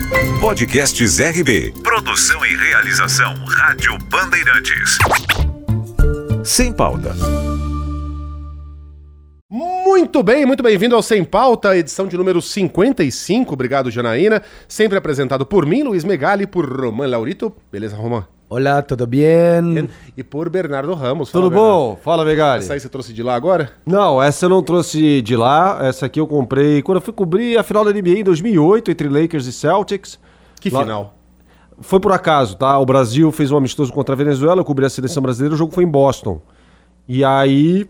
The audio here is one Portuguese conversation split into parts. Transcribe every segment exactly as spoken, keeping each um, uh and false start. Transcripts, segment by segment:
Podcasts R B. Produção e realização Rádio Bandeirantes. Sem Pauta. Muito bem, muito bem-vindo ao Sem Pauta, edição de número cinquenta e cinco. Obrigado, Janaína. Sempre apresentado por mim, Luiz Megali, por Roman Laurito. Beleza, Roman? Olá, tudo bem? E por Bernardo Ramos. Tudo Fala, bom? Bernardo. Fala, Megali. Essa aí você trouxe de lá agora? Não, essa eu não trouxe de lá. Essa aqui eu comprei quando eu fui cobrir a final da N B A em dois mil e oito, entre Lakers e Celtics. Que lá... final? Foi por acaso, tá? O Brasil fez um amistoso contra a Venezuela, eu cobri a seleção brasileira, o jogo foi em Boston. E aí,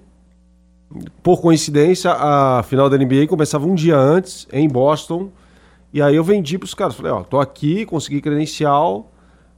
por coincidência, a final da N B A começava um dia antes, em Boston. E aí eu vendi pros caras. Falei, ó, tô aqui, consegui credencial...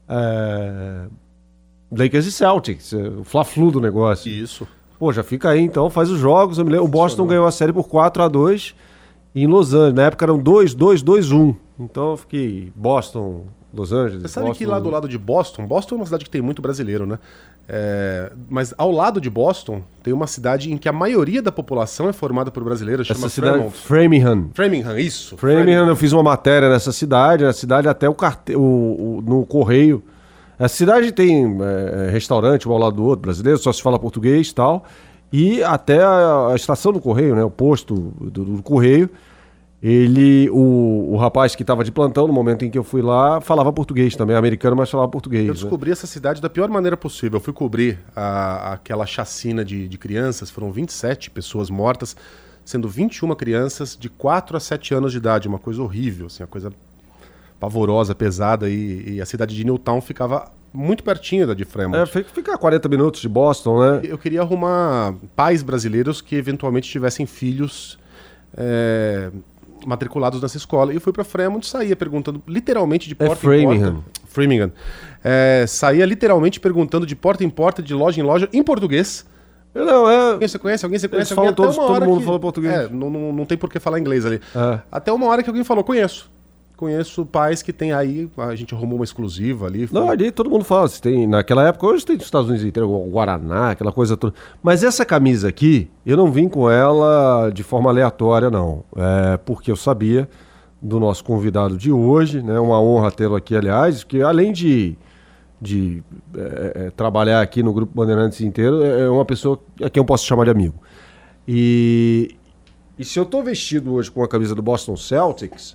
É... Lakers e Celtics, o Fla-Flu do negócio. Isso. Pô, já fica aí então, faz os jogos. Eu me lembro, o Boston ganhou a série por quatro a dois em Los Angeles. Na época eram dois dois dois um. Então eu fiquei Boston, Los Angeles. Você sabe Boston, que lá do lado de Boston, Boston é uma cidade que tem muito brasileiro, né? É, mas ao lado de Boston tem uma cidade em que a maioria da população é formada por brasileiros, chama essa cidade, Fremont. Framingham. Framingham, isso. Framingham, eu fiz uma matéria nessa cidade, na cidade até o, carte... o, o no correio. A cidade tem é, restaurante um ao lado do outro, brasileiro, só se fala português e tal. E até a, a estação do correio, né, o posto do, do correio, ele, o, o rapaz que estava de plantão no momento em que eu fui lá, falava português também, americano, mas falava português. Eu descobri né? essa cidade da pior maneira possível. Eu fui cobrir a, aquela chacina de, de crianças, foram vinte e sete pessoas mortas, sendo vinte e uma crianças de quatro a sete anos de idade, uma coisa horrível, assim, uma coisa... pavorosa, pesada, e, e a cidade de Newtown ficava muito pertinho da de Fremont. É, fica a quarenta minutos de Boston, né? Eu queria arrumar pais brasileiros que eventualmente tivessem filhos é, matriculados nessa escola. E eu fui pra Fremont e saía perguntando, literalmente, de porta é Framingham. em porta. Framingham. É, saía literalmente perguntando de porta em porta, de loja em loja, em português. Não, é... Alguém você conhece? Alguém você conhece? Eles Alguém? falam Até todos, uma todo hora mundo que... fala português. É, não, não, não tem por que falar inglês ali. É. Até uma hora que alguém falou, conheço. Conheço pais que tem aí, a gente arrumou uma exclusiva ali. Foi... Não, ali todo mundo fala, se tem, naquela época, hoje tem nos Estados Unidos inteiro, o Guaraná, aquela coisa toda. Mas essa camisa aqui, eu não vim com ela de forma aleatória, não. É porque eu sabia do nosso convidado de hoje, né? Uma honra tê-lo aqui, aliás, que além de, de é, é, trabalhar aqui no Grupo Bandeirantes inteiro, é uma pessoa a quem eu posso chamar de amigo. E, e se eu tô vestido hoje com a camisa do Boston Celtics...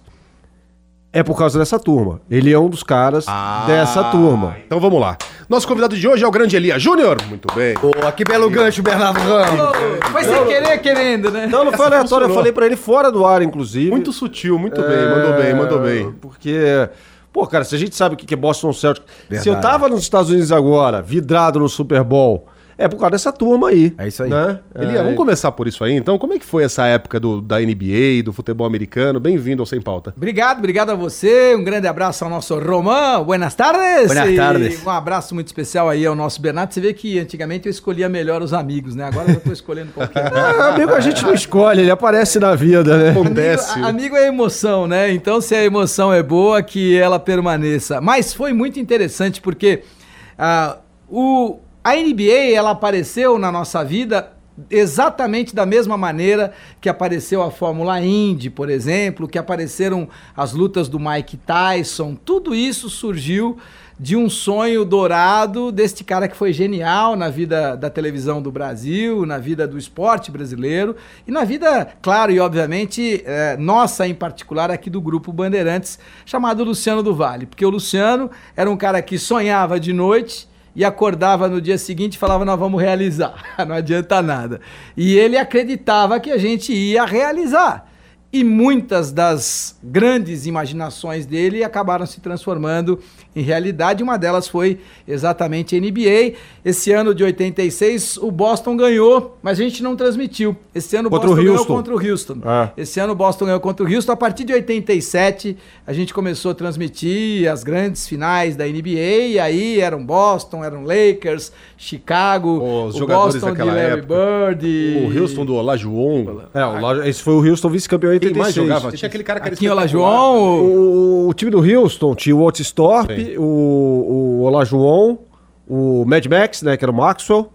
é por causa dessa turma. Ele é um dos caras ah, dessa turma. Então vamos lá. Nosso convidado de hoje é o grande Elias Júnior. Muito bem. Oh, que belo gancho, Bernardo Ramos. Oh, foi sem querer, querendo, né? Não, não foi aleatório. Eu falei pra ele fora do ar, inclusive. Muito sutil, muito é... bem. Mandou bem, mandou bem. Porque... pô, cara, se a gente sabe o que é Boston Celtics... Verdade. Se eu tava nos Estados Unidos agora, vidrado no Super Bowl... é por causa dessa turma aí. É isso aí. Né? Elias, é. Vamos começar por isso aí, então. Como é que foi essa época do, da N B A, do futebol americano? Bem-vindo ao Sem Pauta. Obrigado, obrigado a você. Um grande abraço ao nosso Román. Buenas tardes. Buenas tardes. E um abraço muito especial aí ao nosso Bernardo. Você vê que antigamente eu escolhia melhor os amigos, né? Agora eu já tô escolhendo qualquer um. Ah, amigo a gente não escolhe, ele aparece na vida, né? Acontece. Amigo, amigo é emoção, né? Então se a emoção é boa, que ela permaneça. Mas foi muito interessante porque uh, o... a N B A, ela apareceu na nossa vida exatamente da mesma maneira que apareceu a Fórmula Indy, por exemplo, que apareceram as lutas do Mike Tyson. Tudo isso surgiu de um sonho dourado deste cara que foi genial na vida da televisão do Brasil, na vida do esporte brasileiro e na vida, claro e obviamente, é, nossa em particular aqui do Grupo Bandeirantes, chamado Luciano do Vale. Porque o Luciano era um cara que sonhava de noite e acordava no dia seguinte e falava, nós vamos realizar, não adianta nada. E ele acreditava que a gente ia realizar. E muitas das grandes imaginações dele acabaram se transformando em realidade. Uma delas foi exatamente a N B A. Esse ano de oitenta e seis, o Boston ganhou, mas a gente não transmitiu. Esse ano o contra Boston o ganhou Houston. contra o Houston. Ah. Esse ano o Boston ganhou contra o Houston. A partir de oitenta e sete, a gente começou a transmitir as grandes finais da N B A. E aí eram Boston, eram Lakers, Chicago, Os o jogadores Boston de daquela Larry época. Bird. E... O Houston do Olajuwon. É, o Laje- esse foi o Houston vice-campeão em Quem oitenta e seis. mais jogava? Tinha aquele cara que era Aqui o espetacular. Olajuwon, O, o time do Houston tinha o Otis Thorpe, Sim. o, o Olajuwon, o Mad Max, né, que era o Maxwell.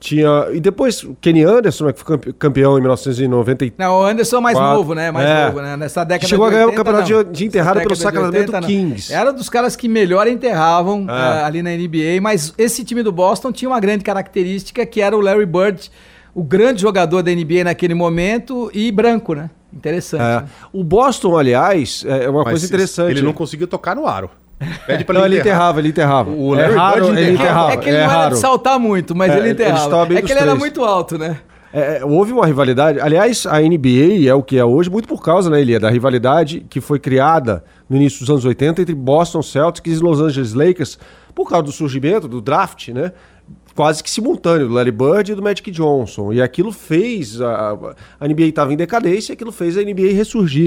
Tinha, e depois o Kenny Anderson, né, que foi campe- campeão em mil novecentos e noventa e quatro. Não, o Anderson é mais Quatro. novo, né? Mais É. novo, né? Nessa década Chegou de a ganhar o oitenta, campeonato não. de- de enterrada Nessa pelo década de Sacramento oitenta, não. Kings. Era dos caras que melhor enterravam É. ah, ali na N B A, mas esse time do Boston tinha uma grande característica que era o Larry Bird, o grande jogador da N B A naquele momento e branco, né? Interessante. É. Né? O Boston, aliás, é uma Mas coisa interessante. Ele não conseguia tocar no aro. Pede pra Não, ele enterrar. enterrava, ele enterrava. O é Larry raro, Bird ele enterrava. enterrava. É que ele é não era raro. de saltar muito, mas É, ele ele enterrava. estava bem É dos que ele era três. muito alto, né? É, é, houve uma rivalidade. Aliás, a N B A é o que é hoje, muito por causa, né, Elia, da rivalidade que foi criada no início dos anos oitenta entre Boston Celtics e Los Angeles Lakers, por causa do surgimento, do draft, né? Quase que simultâneo, do Larry Bird e do Magic Johnson. E aquilo fez. A, a N B A estava em decadência, aquilo fez a N B A ressurgir.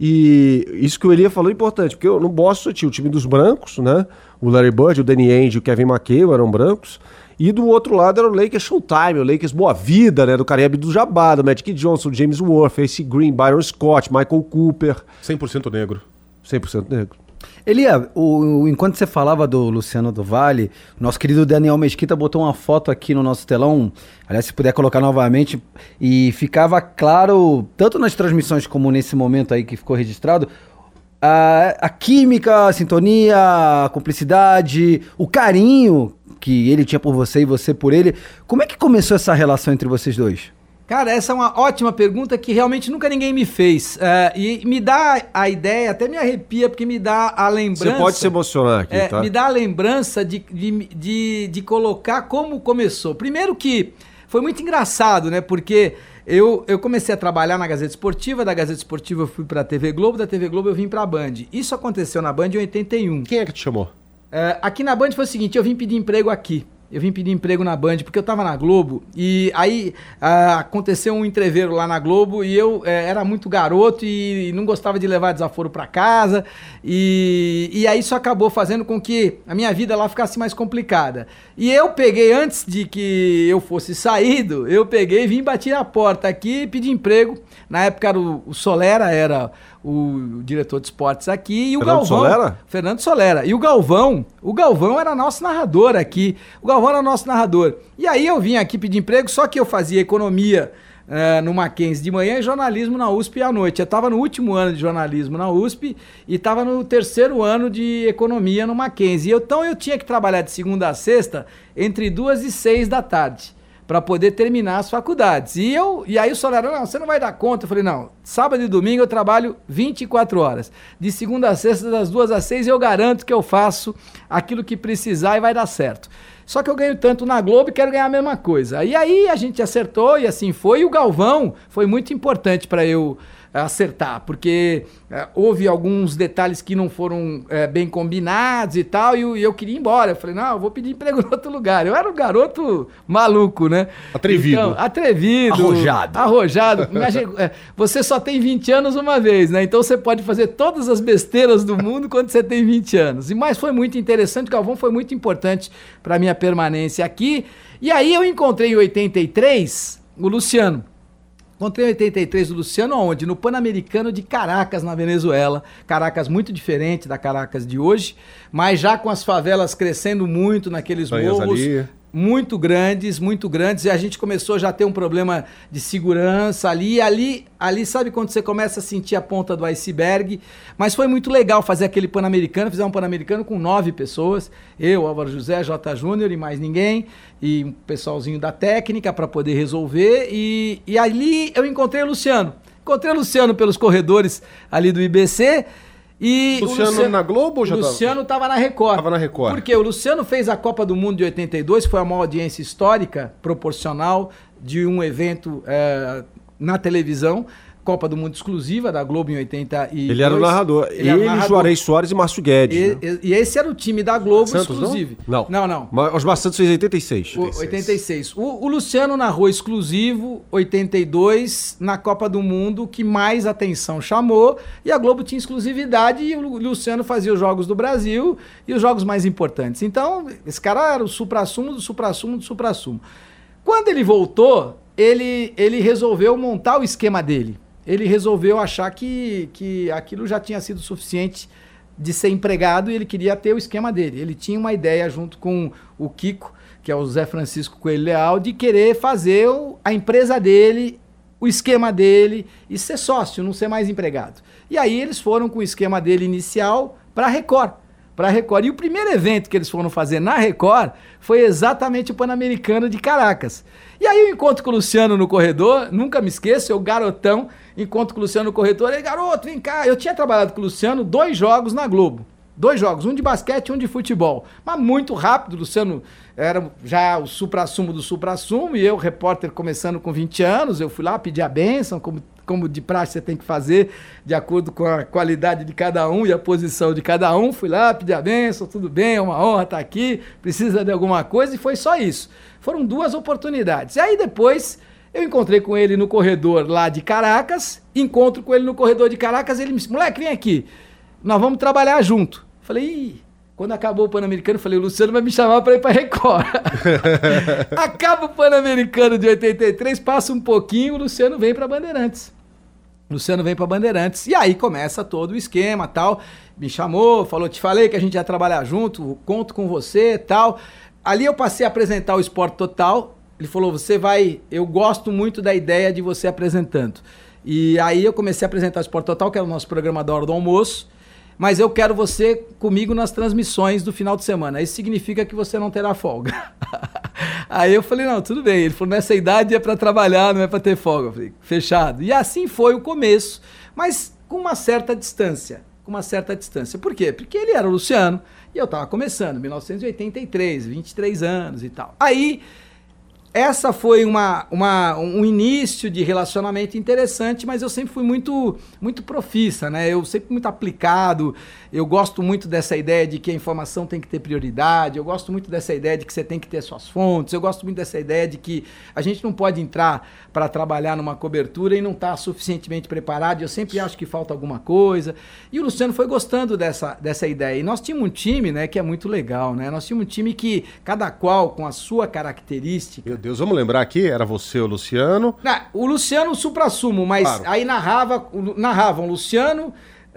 E isso que o Elia falou é importante, porque no Boston tinha o time dos brancos, né? O Larry Bird, o Danny Ainge e o Kevin McHale eram brancos. E do outro lado era o Lakers Showtime, o Lakers Boa Vida, né? Do Kareem Abdul-Jabbar, do Magic Johnson, James Worth, Ace Green, Byron Scott, Michael Cooper. cem por cento negro. cem por cento negro. Elia, o, o- enquanto você falava do Luciano do Vale, nosso querido Daniel Mesquita botou uma foto aqui no nosso telão, aliás, se puder colocar novamente, e ficava claro, tanto nas transmissões como nesse momento aí que ficou registrado, a, a química, a sintonia, a cumplicidade, o carinho que ele tinha por você e você por ele. Como é que começou essa relação entre vocês dois? Cara, essa é uma ótima pergunta que realmente nunca ninguém me fez. É, e me dá a ideia, até me arrepia, porque me dá a lembrança. Você pode se emocionar aqui, É, tá? me dá a lembrança de, de, de, de colocar como começou. Primeiro que foi muito engraçado, né? Porque eu, eu comecei a trabalhar na Gazeta Esportiva, da Gazeta Esportiva eu fui pra T V Globo, da T V Globo eu vim pra Band. Isso aconteceu na Band em oitenta e um. Quem é que te chamou? É, aqui na Band foi o seguinte, eu vim pedir emprego aqui. Eu vim pedir emprego na Band, porque eu tava na Globo, e aí ah, aconteceu um entreveiro lá na Globo, e eu eh, era muito garoto e não gostava de levar desaforo pra casa, e, e aí isso acabou fazendo com que a minha vida lá ficasse mais complicada. E eu peguei, antes de que eu fosse saído, eu peguei e vim bater a porta aqui e pedi emprego. Na época era o, o Solera, era o diretor de esportes aqui, e o Fernando Galvão... Solera? Fernando Solera. E o Galvão, o Galvão era nosso narrador aqui. O Galvão era nosso narrador. E aí eu vim aqui pedir emprego, só que eu fazia economia eh, no Mackenzie de manhã e jornalismo na U S P à noite. Eu estava no último ano de jornalismo na U S P e estava no terceiro ano de economia no Mackenzie. Eu, então eu tinha que trabalhar de segunda a sexta entre duas e seis da tarde, para poder terminar as faculdades. E eu, e aí o Solera, não, você não vai dar conta. Eu falei, não, sábado e domingo eu trabalho vinte e quatro horas. De segunda a sexta, das duas às seis, eu garanto que eu faço aquilo que precisar e vai dar certo. Só que eu ganho tanto na Globo e quero ganhar a mesma coisa. E aí a gente acertou e assim foi. E o Galvão foi muito importante para eu acertar, porque é, houve alguns detalhes que não foram é, bem combinados e tal, e eu, e eu queria ir embora. Eu falei, não, eu vou pedir emprego em outro lugar. Eu era um garoto maluco, né? Atrevido. Então, atrevido. Arrojado. Arrojado. Imagina, é, você só tem vinte anos uma vez, né? Então você pode fazer todas as besteiras do mundo quando você tem vinte anos. E mas foi muito interessante, o Galvão foi muito importante para minha permanência aqui. E aí eu encontrei em oitenta e três o Luciano. Encontrei em oitenta e três o Luciano aonde? No Pan-Americano de Caracas, na Venezuela. Caracas muito diferente da Caracas de hoje, mas já com as favelas crescendo muito naqueles Banhas morros. ali. Muito grandes, muito grandes, e a gente começou já a ter um problema de segurança ali, ali, ali, sabe quando você começa a sentir a ponta do iceberg, mas foi muito legal fazer aquele Pan-Americano, fizemos um Pan-Americano com nove pessoas, eu, Álvaro José, J. Júnior e mais ninguém, e um pessoalzinho da técnica para poder resolver, e, e ali eu encontrei o Luciano, encontrei o Luciano pelos corredores ali do I B C, e Luciano na Globo ou já o tava? Luciano estava na Record. Tava na Record. Porque o Luciano fez a Copa do Mundo de oitenta e dois, foi a maior audiência histórica, proporcional, de um evento é, na televisão. Copa do Mundo exclusiva da Globo em oitenta e dois. Ele era o narrador. Ele, Ele, era o narrador. Juarez Soares e Márcio Guedes. E, né? e- e esse era o time da Globo Santos, exclusivo. Não. Não, não. Mas Osmar Santos fez oitenta e seis. O, oitenta e seis. O, o Luciano narrou exclusivo, oitenta e dois, na Copa do Mundo, que mais atenção chamou, e a Globo tinha exclusividade, e o Lu- Luciano fazia os jogos do Brasil e os jogos mais importantes. Então, esse cara era o supra-sumo do supra-sumo do supra-sumo. Quando ele voltou, ele, ele resolveu montar o esquema dele. Ele resolveu achar que, que aquilo já tinha sido suficiente de ser empregado e ele queria ter o esquema dele. Ele tinha uma ideia junto com o Kiko, que é o Zé Francisco Coelho Leal, de querer fazer o, a empresa dele, o esquema dele e ser sócio, não ser mais empregado. E aí eles foram com o esquema dele inicial para a Record. Para a Record. E o primeiro evento que eles foram fazer na Record foi exatamente o Pan-Americano de Caracas. E aí eu encontro com o Luciano no corredor, nunca me esqueço, eu garotão, encontro com o Luciano no corredor, e garoto, vem cá. Eu tinha trabalhado com o Luciano dois jogos na Globo. Dois jogos, um de basquete e um de futebol. Mas muito rápido, o Luciano era já o supra-sumo do supra-sumo, e eu, repórter, começando com vinte anos, eu fui lá pedir a bênção, como, como de praxe você tem que fazer, de acordo com a qualidade de cada um e a posição de cada um. Fui lá pedir a bênção, tudo bem, é uma honra estar aqui, precisa de alguma coisa, e foi só isso. Foram duas oportunidades. E aí depois eu encontrei com ele no corredor lá de Caracas, encontro com ele no corredor de Caracas, ele me disse, moleque, vem aqui, nós vamos trabalhar junto. Falei, ih, quando acabou o Pan-Americano, falei, o Luciano vai me chamar para ir para Record. Acaba o Pan-Americano de oitenta e três, passa um pouquinho, o Luciano vem para Bandeirantes. O Luciano vem para Bandeirantes. E aí começa todo o esquema, tal. Me chamou, falou, te falei que a gente ia trabalhar junto, conto com você, tal. Ali eu passei a apresentar o Esporte Total. Ele falou, você vai, eu gosto muito da ideia de você apresentando. E aí eu comecei a apresentar o Esporte Total, que era o nosso programa da hora do almoço. Mas eu quero você comigo nas transmissões do final de semana. Isso significa que você não terá folga. Aí eu falei, não, tudo bem. Ele falou, nessa idade é para trabalhar, não é para ter folga. Eu falei, fechado. E assim foi o começo, mas com uma certa distância. Com uma certa distância. Por quê? Porque ele era o Luciano e eu estava começando, mil novecentos e oitenta e três, vinte e três anos e tal. Aí, essa foi uma, uma, um início de relacionamento interessante, mas eu sempre fui muito, muito profissa, né? Eu sempre muito aplicado, eu gosto muito dessa ideia de que a informação tem que ter prioridade, eu gosto muito dessa ideia de que você tem que ter suas fontes, eu gosto muito dessa ideia de que a gente não pode entrar para trabalhar numa cobertura e não estar tá suficientemente preparado, eu sempre acho que falta alguma coisa, e o Luciano foi gostando dessa, dessa ideia, e nós tínhamos um time, né, que é muito legal, né? Nós tínhamos um time que, cada qual com a sua característica... Meu Deus, vamos lembrar aqui, era você, o Luciano. Não, o Luciano, o supra-sumo, mas claro. Aí narrava, narravam Luciano,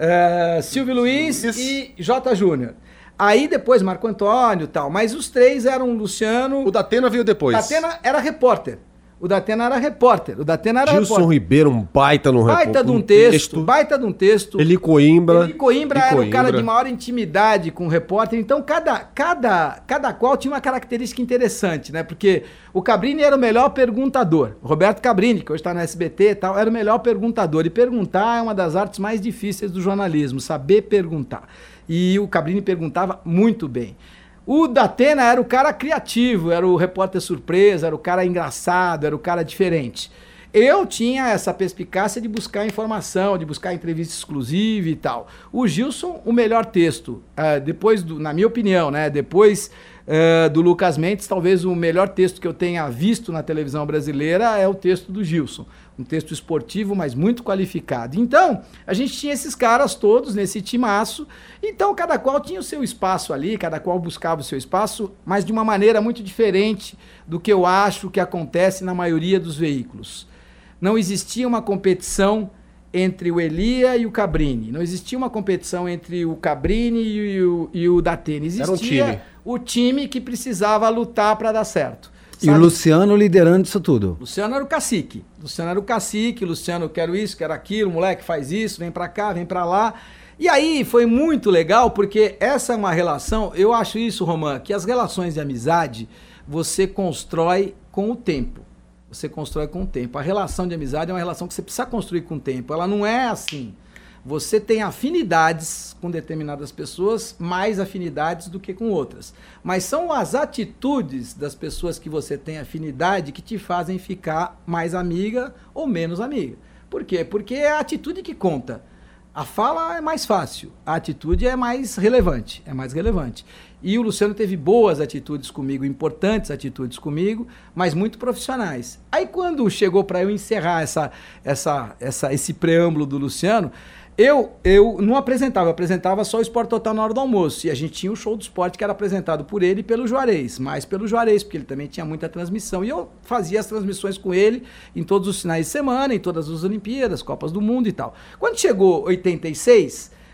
uh, Silvio Luiz Isso. e J. Júnior. Aí depois Marco Antônio e tal, mas os três eram o Luciano... O Datena veio depois. O Datena era repórter. O Datena era repórter. O Datena era Gilson repórter. Ribeiro, um baita no Baita um de um texto, texto. Baita de um texto. Eli Coimbra. Eli Coimbra Eli era Coimbra. o cara de maior intimidade com o repórter. Então, cada, cada, cada qual tinha uma característica interessante, né? Porque o Cabrini era o melhor perguntador. O Roberto Cabrini, que hoje está no S B T e tal, era o melhor perguntador. E perguntar é uma das artes mais difíceis do jornalismo, saber perguntar. E o Cabrini perguntava muito bem. O Datena era o cara criativo, era o repórter surpresa, era o cara engraçado, era o cara diferente. Eu tinha essa perspicácia de buscar informação, de buscar entrevista exclusiva e tal. O Gilson, o melhor texto, uh, depois, do, na minha opinião, né, depois uh, do Lucas Mendes, talvez o melhor texto que eu tenha visto na televisão brasileira é o texto do Gilson. Um texto esportivo, mas muito qualificado. Então, a gente tinha esses caras todos nesse timaço, então cada qual tinha o seu espaço ali, cada qual buscava o seu espaço, mas de uma maneira muito diferente do que eu acho que acontece na maioria dos veículos. Não existia uma competição entre o Elia e o Cabrini, não existia uma competição entre o Cabrini e o, e o Datena, existia Era um time. o time que precisava lutar para dar certo. E Sabe? O Luciano liderando isso tudo. Luciano era o cacique. Luciano era o cacique. Luciano, quero isso, quero aquilo. Moleque, faz isso, vem pra cá, vem pra lá. E aí foi muito legal, porque essa é uma relação... Eu acho isso, Romã, que as relações de amizade você constrói com o tempo. Você constrói com o tempo. A relação de amizade é uma relação que você precisa construir com o tempo. Ela não é assim... Você tem afinidades com determinadas pessoas, mais afinidades do que com outras. Mas são as atitudes das pessoas que você tem afinidade que te fazem ficar mais amiga ou menos amiga. Por quê? Porque é a atitude que conta. A fala é mais fácil, a atitude é mais relevante, é mais relevante. E o Luciano teve boas atitudes comigo, importantes atitudes comigo, mas muito profissionais. Aí quando chegou para eu encerrar essa, essa, essa, esse preâmbulo do Luciano, Eu, eu não apresentava, eu apresentava só o Esporte Total na hora do almoço. E a gente tinha o show do esporte que era apresentado por ele e pelo Juarez, mais pelo Juarez, porque ele também tinha muita transmissão. E eu fazia as transmissões com ele em todos os finais de semana, em todas as Olimpíadas, Copas do Mundo e tal. Quando chegou oitenta e seis,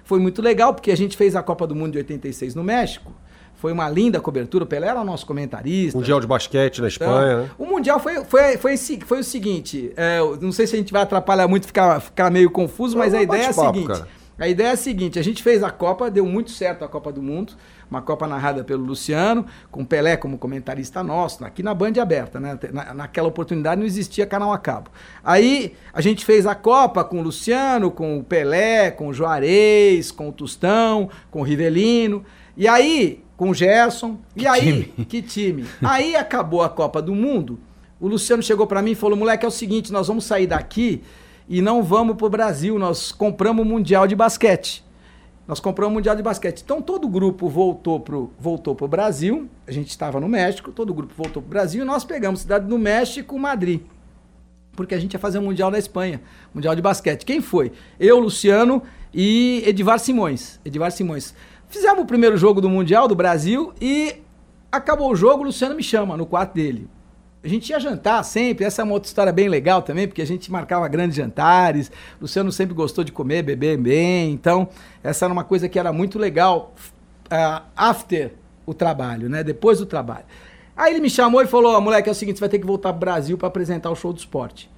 foi muito legal, porque a gente fez a Copa do Mundo de oitenta e seis no México. Foi uma linda cobertura, o Pelé era o nosso comentarista. Mundial de basquete na Espanha, então, né? O Mundial foi, foi, foi, foi o seguinte, é, não sei se a gente vai atrapalhar muito, ficar, ficar meio confuso, mas a ideia é a seguinte. Cara. A ideia é a seguinte, a gente fez a Copa, deu muito certo a Copa do Mundo, uma Copa narrada pelo Luciano, com Pelé como comentarista nosso, aqui na Band aberta, né? Na, naquela oportunidade não existia canal a cabo. Aí a gente fez a Copa com o Luciano, com o Pelé, com o Juarez, com o Tostão, com o Rivelino, e aí... com o Gerson, e que aí, time. que time. Aí acabou a Copa do Mundo, o Luciano chegou pra mim e falou, moleque, é o seguinte, nós vamos sair daqui e não vamos pro Brasil, nós compramos o Mundial de Basquete. Nós compramos o Mundial de Basquete. Então todo o grupo voltou pro, voltou pro Brasil, a gente estava no México, todo o grupo voltou pro Brasil e nós pegamos cidade do México, Madrid. Porque a gente ia fazer o Mundial na Espanha, Mundial de Basquete. Quem foi? Eu, Luciano e Edivar Simões. Edivar Simões. Fizemos o primeiro jogo do Mundial do Brasil e acabou o jogo, o Luciano me chama no quarto dele. A gente ia jantar sempre, essa é uma outra história bem legal também, porque a gente marcava grandes jantares, o Luciano sempre gostou de comer, beber bem, então essa era uma coisa que era muito legal uh, after o trabalho, né? Depois do trabalho. Aí ele me chamou e falou, ó, moleque, é o seguinte, você vai ter que voltar pro Brasil para apresentar o Show do Esporte.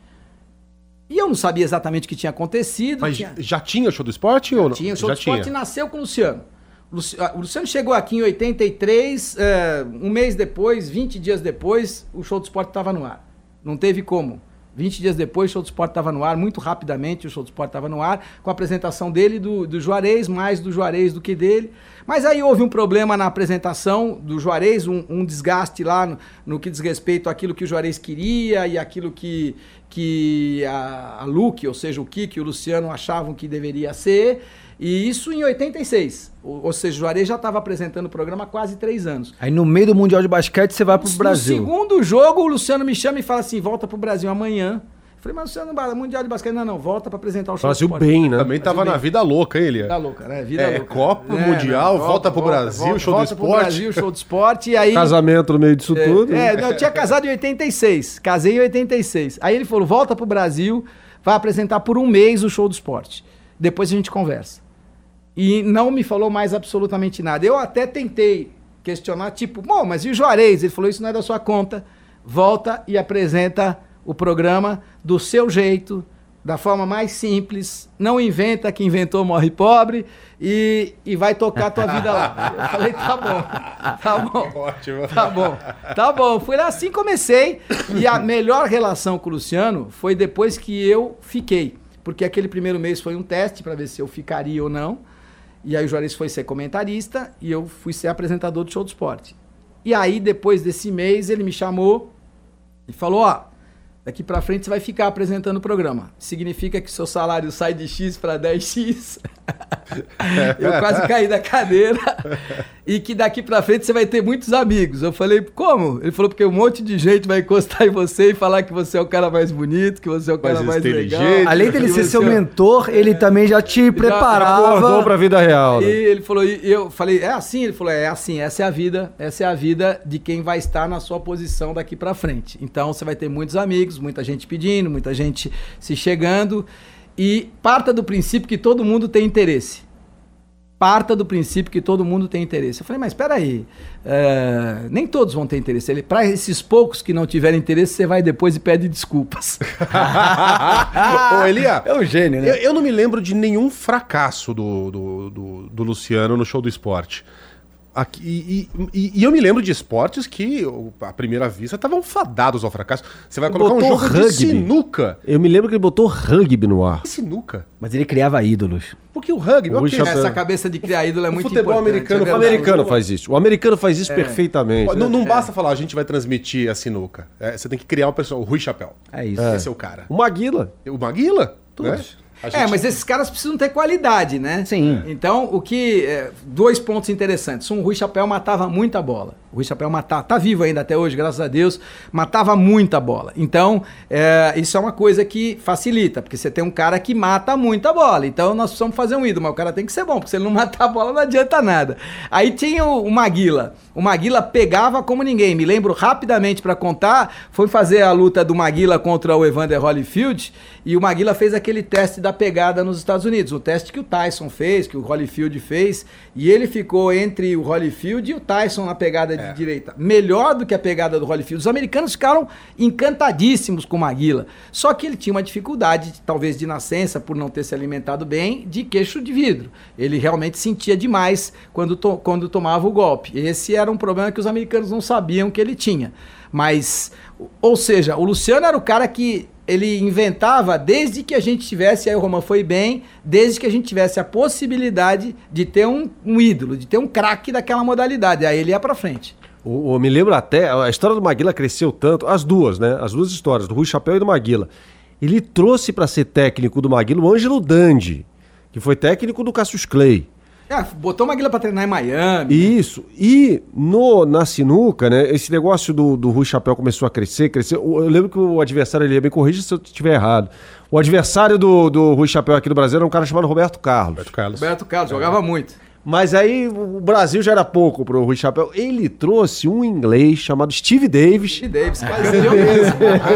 E eu não sabia exatamente o que tinha acontecido. Mas tinha... já tinha o Show do Esporte? Já ou não? tinha, o Show já do Esporte tinha. Nasceu com o Luciano. O Luciano chegou aqui em oitenta e três, é, um mês depois, vinte dias depois, o Show do Esporte estava no ar. Não teve como. vinte dias depois, o Show do Esporte estava no ar, muito rapidamente o Show do Esporte estava no ar, com a apresentação dele do, do Juarez, mais do Juarez do que dele. Mas aí houve um problema na apresentação do Juarez, um, um desgaste lá no, no que diz respeito àquilo que o Juarez queria e aquilo que, que a, a Luque, ou seja, o Kiki e o Luciano achavam que deveria ser. E isso em oitenta e seis. Ou, ou seja, o Juarez já estava apresentando o programa há quase três anos. Aí no meio do Mundial de Basquete você vai pro Brasil. No segundo jogo, o Luciano me chama e fala assim, volta pro Brasil amanhã. Eu falei, mas Luciano, Mundial de Basquete, não, não, volta para apresentar o Show Brasil do Esporte. bem, né? Também Brasil tava bem. na vida louca, ele. Vida louca, né? Vida É, louca. Copa, É, Mundial, não, volta pro Brasil, volta, Show do volta pro Esporte. Brasil, Show do Esporte, e aí... Casamento no meio disso é, tudo. É, não, eu tinha casado em oitenta e seis, casei em oitenta e seis. Aí ele falou, volta pro Brasil, vai apresentar por um mês o Show do Esporte. Depois a gente conversa. E não me falou mais absolutamente nada. Eu até tentei questionar, tipo, bom, mas e o Juarez? Ele falou, isso não é da sua conta. Volta e apresenta o programa do seu jeito, da forma mais simples. Não inventa que inventou morre pobre e, e vai tocar a tua vida lá. Eu falei, tá bom, tá bom. Ótimo. Tá bom, tá bom. Fui lá, assim comecei. E a melhor relação com o Luciano foi depois que eu fiquei. Porque aquele primeiro mês foi um teste para ver se eu ficaria ou não. E aí o Juarez foi ser comentarista e eu fui ser apresentador do Show do Esporte. E aí, depois desse mês, ele me chamou e falou, ó, daqui pra frente você vai ficar apresentando o programa. Significa que seu salário sai de X para dez X. Eu quase caí da cadeira. E que daqui pra frente você vai ter muitos amigos. Eu falei, como? Ele falou, porque um monte de gente vai encostar em você e falar que você é o cara mais bonito, que você é o cara mais, mais legal. Além dele ser seu mentor, ele também já te já preparava. Acordou pra vida real. E Né? ele falou, e eu falei, é assim? Ele falou, é assim, essa é a vida, essa é a vida de quem vai estar na sua posição daqui pra frente. Então você vai ter muitos amigos, muita gente pedindo, muita gente se chegando. E parta do princípio que todo mundo tem interesse. Parta do princípio que todo mundo tem interesse. Eu falei, mas espera aí, é, nem todos vão ter interesse. Para esses poucos que não tiverem interesse, você vai depois e pede desculpas. Ô, Elia, É um gênio, né? eu, eu não me lembro de nenhum fracasso do, do, do, do Luciano no Show do Esporte. Aqui, e, e, e eu me lembro de esportes que, à primeira vista, estavam fadados ao fracasso. Você vai colocar um Botou jogo rugby. de sinuca. Eu me lembro que ele botou rugby no ar. Que sinuca? Mas ele criava ídolos. Porque o rugby... O ok, Chapéu. Essa cabeça de criar ídolo é O muito futebol importante. americano, é O verdade. americano faz isso. O americano faz isso perfeitamente. Não, né? não basta falar, a gente vai transmitir a sinuca. É, você tem que criar um personagem. O Rui Chapéu. É isso. Esse é o cara. O Maguila. O Maguila? Todos. Né? A É, gente- mas esses caras precisam ter qualidade, né? Sim. Então, o que... é, dois pontos interessantes. Um, o Rui Chapéu matava muita bola. O Rui Chapéu matava, tá vivo ainda até hoje, graças a Deus, matava muita bola. Então, é, isso é uma coisa que facilita, porque você tem um cara que mata muita bola. Então, nós precisamos fazer um ídolo, mas o cara tem que ser bom, porque se ele não matar a bola, não adianta nada. Aí tinha o, o Maguila. O Maguila pegava como ninguém. Me lembro rapidamente para contar, foi fazer a luta do Maguila contra o Evander Holyfield, e o Maguila fez aquele teste da pegada nos Estados Unidos, o teste que o Tyson fez, que o Holyfield fez, e ele ficou entre o Holyfield e o Tyson na pegada de é. direita. Melhor do que a pegada do Holyfield. Os americanos ficaram encantadíssimos com o Maguila, só que ele tinha uma dificuldade, talvez de nascença, por não ter se alimentado bem, de queixo de vidro. Ele realmente sentia demais quando, to quando tomava o golpe. Esse era um problema que os americanos não sabiam que ele tinha. Mas, ou seja, o Luciano era o cara que ele inventava desde que a gente tivesse, aí o Roman foi bem, desde que a gente tivesse a possibilidade de ter um, um ídolo, de ter um craque daquela modalidade. Aí ele ia pra frente. O, o, me lembro até, a história do Maguila cresceu tanto, as duas, né? As duas histórias, do Rui Chapéu e do Maguila. Ele trouxe para ser técnico do Maguila o Ângelo Dandi, que foi técnico do Cassius Clay. É, botou o Maguila pra treinar em Miami. Isso. E no, na sinuca, né? Esse negócio do, do Rui Chapéu começou a crescer, crescer. Eu lembro que o adversário, ele me corrija se eu estiver errado. O adversário do, do Rui Chapéu aqui do Brasil era um cara chamado Roberto Carlos. Roberto Carlos. Roberto Carlos, jogava é. muito. Mas aí o Brasil já era pouco pro Rui Chapéu. Ele trouxe um inglês chamado Steve Davis. Steve Davis, campeão mesmo.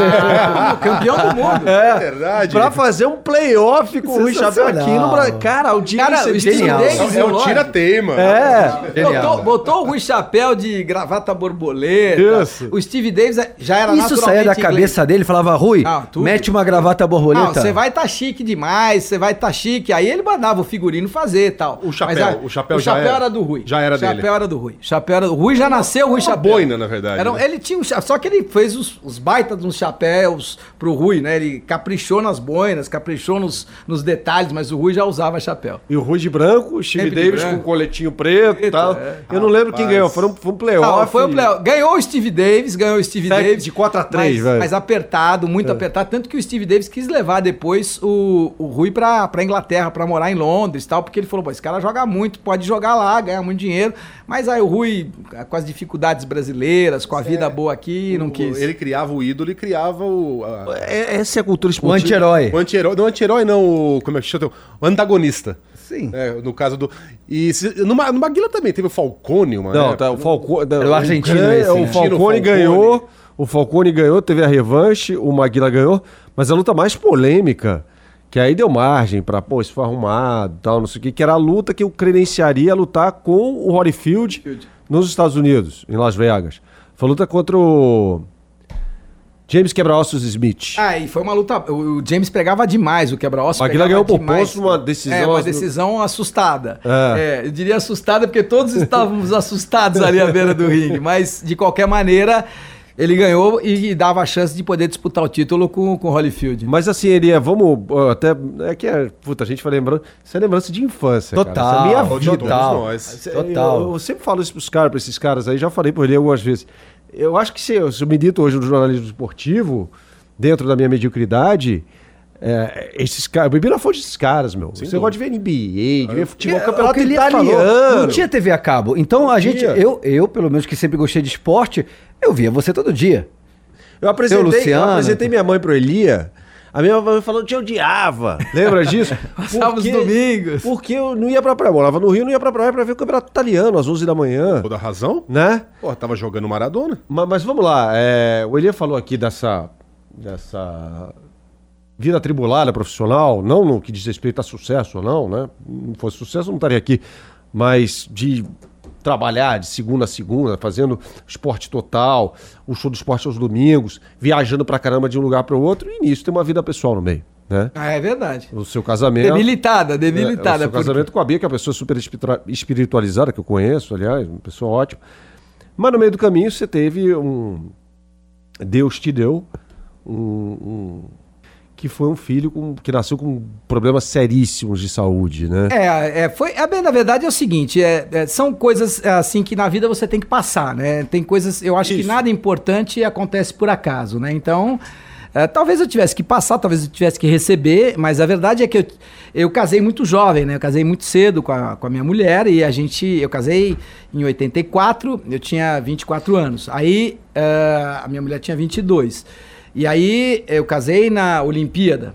Ah, campeão do mundo. É, é verdade. Pra fazer um playoff com o Rui Chapéu aqui no Brasil. Cara, o dia Cara, o Steve Davis é o tira-teima. É. Botou, botou o Rui Chapéu de gravata borboleta. Isso. O Steve Davis já era Isso naturalmente saía da inglês. cabeça dele, falava, Rui, não, mete uma gravata borboleta. Não, você vai tá chique demais, você vai tá chique. Aí ele mandava o figurino fazer e tal. O chapéu, Mas, o chapéu, o já chapéu era, era do Rui. Já era o chapéu dele. era do Rui. Chapéu era do Rui, já nasceu o Rui Chapéu. Boina, na verdade. Era, né? Ele tinha um chapéu, só que ele fez os, os baitas de uns chapéus pro Rui, né? Ele caprichou nas boinas, caprichou nos, nos detalhes, mas o Rui já usava chapéu. E o Rui de branco, o Steve Sempre Davis branco. com coletinho preto e tal. É. Eu não lembro quem ganhou, foi um, foi um playoff. Não, foi um playoff. Ganhou o Steve Davis, ganhou o Steve Fact Davis. de quatro a três, mas, velho. mas apertado, muito É. apertado. Tanto que o Steve Davis quis levar depois o, o Rui pra, pra Inglaterra, pra morar em Londres e tal, porque ele falou, pô, esse cara joga muito, pode jogar lá, ganhar muito dinheiro. Mas aí o Rui, com as dificuldades brasileiras, com a vida É. boa aqui, não quis. Ele criava o ídolo e criava o... a- É, essa é a cultura O esportiva. anti-herói. O anti-herói, não anti-herói não, o, como é que chama? O antagonista. Sim. É, no caso do... E se, no, Ma- no Maguila também teve o Falcone, uma Não, época. tá, o Falcone... Era o argentino gran- esse, O né? Falcone Falcone. ganhou, o Falcone ganhou, teve a revanche, o Maguila ganhou, mas a luta mais polêmica, que aí deu margem pra, pô, isso foi arrumado, tal, não sei o que, que era a luta que eu credenciaria a lutar com o Holyfield nos Estados Unidos, em Las Vegas. Foi a luta contra o James Quebra-Ossos Smith. Ah, e foi uma luta. O o James pegava demais o quebra-osso. Maguila pegava ganhou por demais. pontos numa decisão- É, uma decisão assustada. É. É, eu diria assustada porque todos estávamos assustados ali à beira do ringue. Mas, de qualquer maneira, ele ganhou e, e dava a chance de poder disputar o título com, com o Holyfield. Mas assim, ele é, vamos, ó, até, é que é, puta, a gente vai lembrando, isso é lembrança de infância, Total, cara. Isso é minha vida. total. Nós. Total. Eu, eu sempre falo isso pros caras, pra esses caras aí, já falei por ele algumas vezes. Eu acho que se eu, se eu medito hoje no jornalismo esportivo, dentro da minha mediocridade, é, esses caras, eu bebi na fonte desses caras, meu. Sem Você gosta de ver N B A, de ver futebol, É, é o campeonato que ele italiano. falou, não tinha T V a cabo. Então a gente, tinha. eu, eu, pelo menos que sempre gostei de esporte, eu via você todo dia. Eu apresentei, Seu Luciano. eu apresentei minha mãe pro Elia. A minha mãe falou que te odiava. Lembra disso? Passava os Porque- domingos. Porque eu não ia pra praia. Eu morava no Rio, não ia pra praia pra ver o campeonato italiano às onze da manhã. Toda razão? Né? Pô, tava jogando Maradona. Mas, mas vamos lá. é, o Elia falou aqui dessa, dessa vida atribulada profissional, não no que diz respeito a sucesso ou não, né? Não fosse sucesso, eu não estaria aqui. Mas de trabalhar de segunda a segunda, fazendo esporte total, o show do esporte aos domingos, viajando pra caramba de um lugar para o outro, e nisso tem uma vida pessoal no meio, né? Ah, é verdade. O seu casamento... Debilitada, É, debilitada. o seu porque- casamento com a Bia, que é uma pessoa super espiritua- espiritualizada, que eu conheço, aliás, uma pessoa ótima. Mas no meio do caminho você teve um... Deus te deu um... um- que foi um filho com... que nasceu com problemas seríssimos de saúde, né? É, é, foi, a bem, na verdade é o seguinte, é, é, são coisas é, assim que na vida você tem que passar, né? Tem coisas, eu acho que Isso. nada importante acontece por acaso, né? Então, É, talvez eu tivesse que passar, talvez eu tivesse que receber, mas a verdade é que eu, eu casei muito jovem, né? Eu casei muito cedo com a, com a minha mulher e a gente... Eu casei em oitenta e quatro, eu tinha vinte e quatro anos. Aí uh, a minha mulher tinha vinte e dois. E aí eu casei na Olimpíada.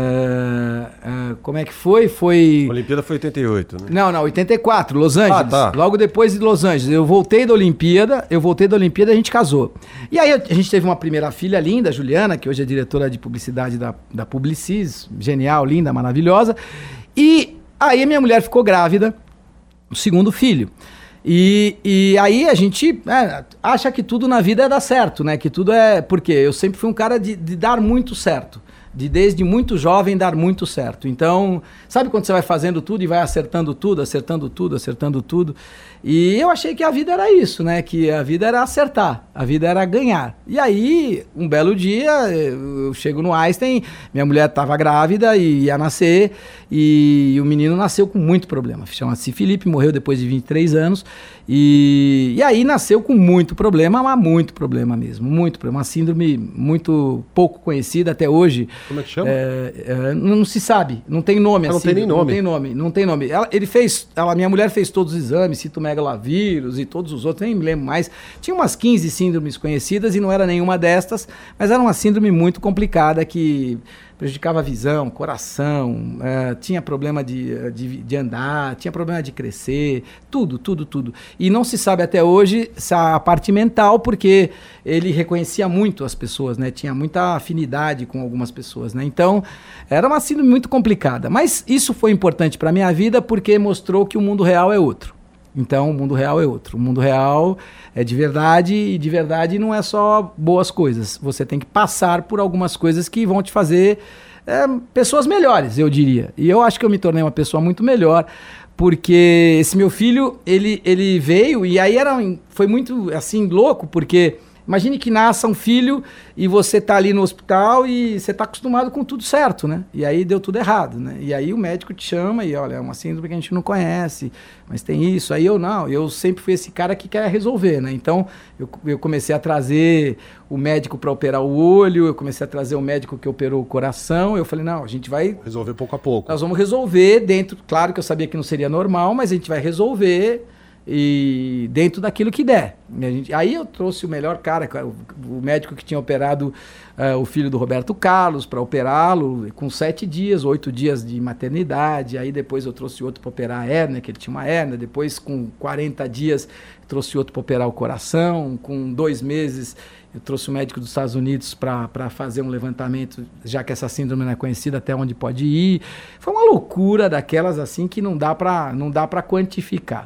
Uh, uh, como é que foi? Foi... A Olimpíada foi oitenta e oito, né? Não, não, oitenta e quatro, Los Angeles. Ah, tá. Logo depois de Los Angeles. Eu voltei da Olimpíada, eu voltei da Olimpíada e a gente casou. E aí a gente teve uma primeira filha linda, Juliana, que hoje é diretora de publicidade da, da Publicis, genial, linda, maravilhosa. E aí a minha mulher ficou grávida, o segundo filho. E, e aí a gente é, acha que tudo na vida é dar certo, né? Que tudo é... Porque eu sempre fui um cara de, de dar muito certo. De desde muito jovem dar muito certo. Então, sabe quando você vai fazendo tudo e vai acertando tudo, acertando tudo, acertando tudo? E eu achei que a vida era isso, né? Que a vida era acertar, a vida era ganhar. E aí, um belo dia, eu chego no Einstein, minha mulher estava grávida e ia nascer, e o menino nasceu com muito problema. Chama-se Felipe, morreu depois de vinte e três anos, e, e aí nasceu com muito problema, mas muito problema mesmo, muito problema. Uma síndrome muito pouco conhecida até hoje. Como é que chama? É, é, não, não se sabe, não tem nome. Ah, não assim, tem nem nome. Não tem nome, não tem nome. Ela, ele fez, ela, minha mulher fez todos os exames, citomegalovírus e todos os outros, nem me lembro mais. Tinha umas quinze síndromes conhecidas e não era nenhuma destas, mas era uma síndrome muito complicada que prejudicava a visão, coração, é, tinha problema de, de, de andar, tinha problema de crescer, tudo, tudo, tudo. E não se sabe até hoje a parte mental, porque ele reconhecia muito as pessoas, né? Tinha muita afinidade com algumas pessoas, né? Então, era uma síndrome muito complicada. Mas isso foi importante para a minha vida porque mostrou que o mundo real é outro. Então, o mundo real é outro. O mundo real é de verdade, e de verdade não é só boas coisas. Você tem que passar por algumas coisas que vão te fazer é, pessoas melhores, eu diria. E eu acho que eu me tornei uma pessoa muito melhor, porque esse meu filho, ele, ele veio, e aí era, foi muito, assim, louco, porque... Imagine que nasça um filho e você tá ali no hospital e você tá acostumado com tudo certo, né? E aí deu tudo errado, né? E aí o médico te chama e, olha, é uma síndrome que a gente não conhece, mas tem isso. Aí eu não, eu sempre fui esse cara que quer resolver, né? Então eu, eu comecei a trazer o médico para operar o olho, eu comecei a trazer o médico que operou o coração. Eu falei, não, a gente vai... Resolver pouco a pouco. Nós vamos resolver dentro... Claro que eu sabia que não seria normal, mas a gente vai resolver... E dentro daquilo que der. A gente, aí eu trouxe o melhor cara, o, o médico que tinha operado uh, o filho do Roberto Carlos para operá-lo com sete dias, oito dias de maternidade. Aí depois eu trouxe outro para operar a hérnia, que ele tinha uma hérnia. Depois, com quarenta dias, trouxe outro para operar o coração. Com dois meses, eu trouxe o médico dos Estados Unidos para fazer um levantamento, já que essa síndrome não é conhecida, até onde pode ir. Foi uma loucura daquelas assim que não dá para não dá para quantificar.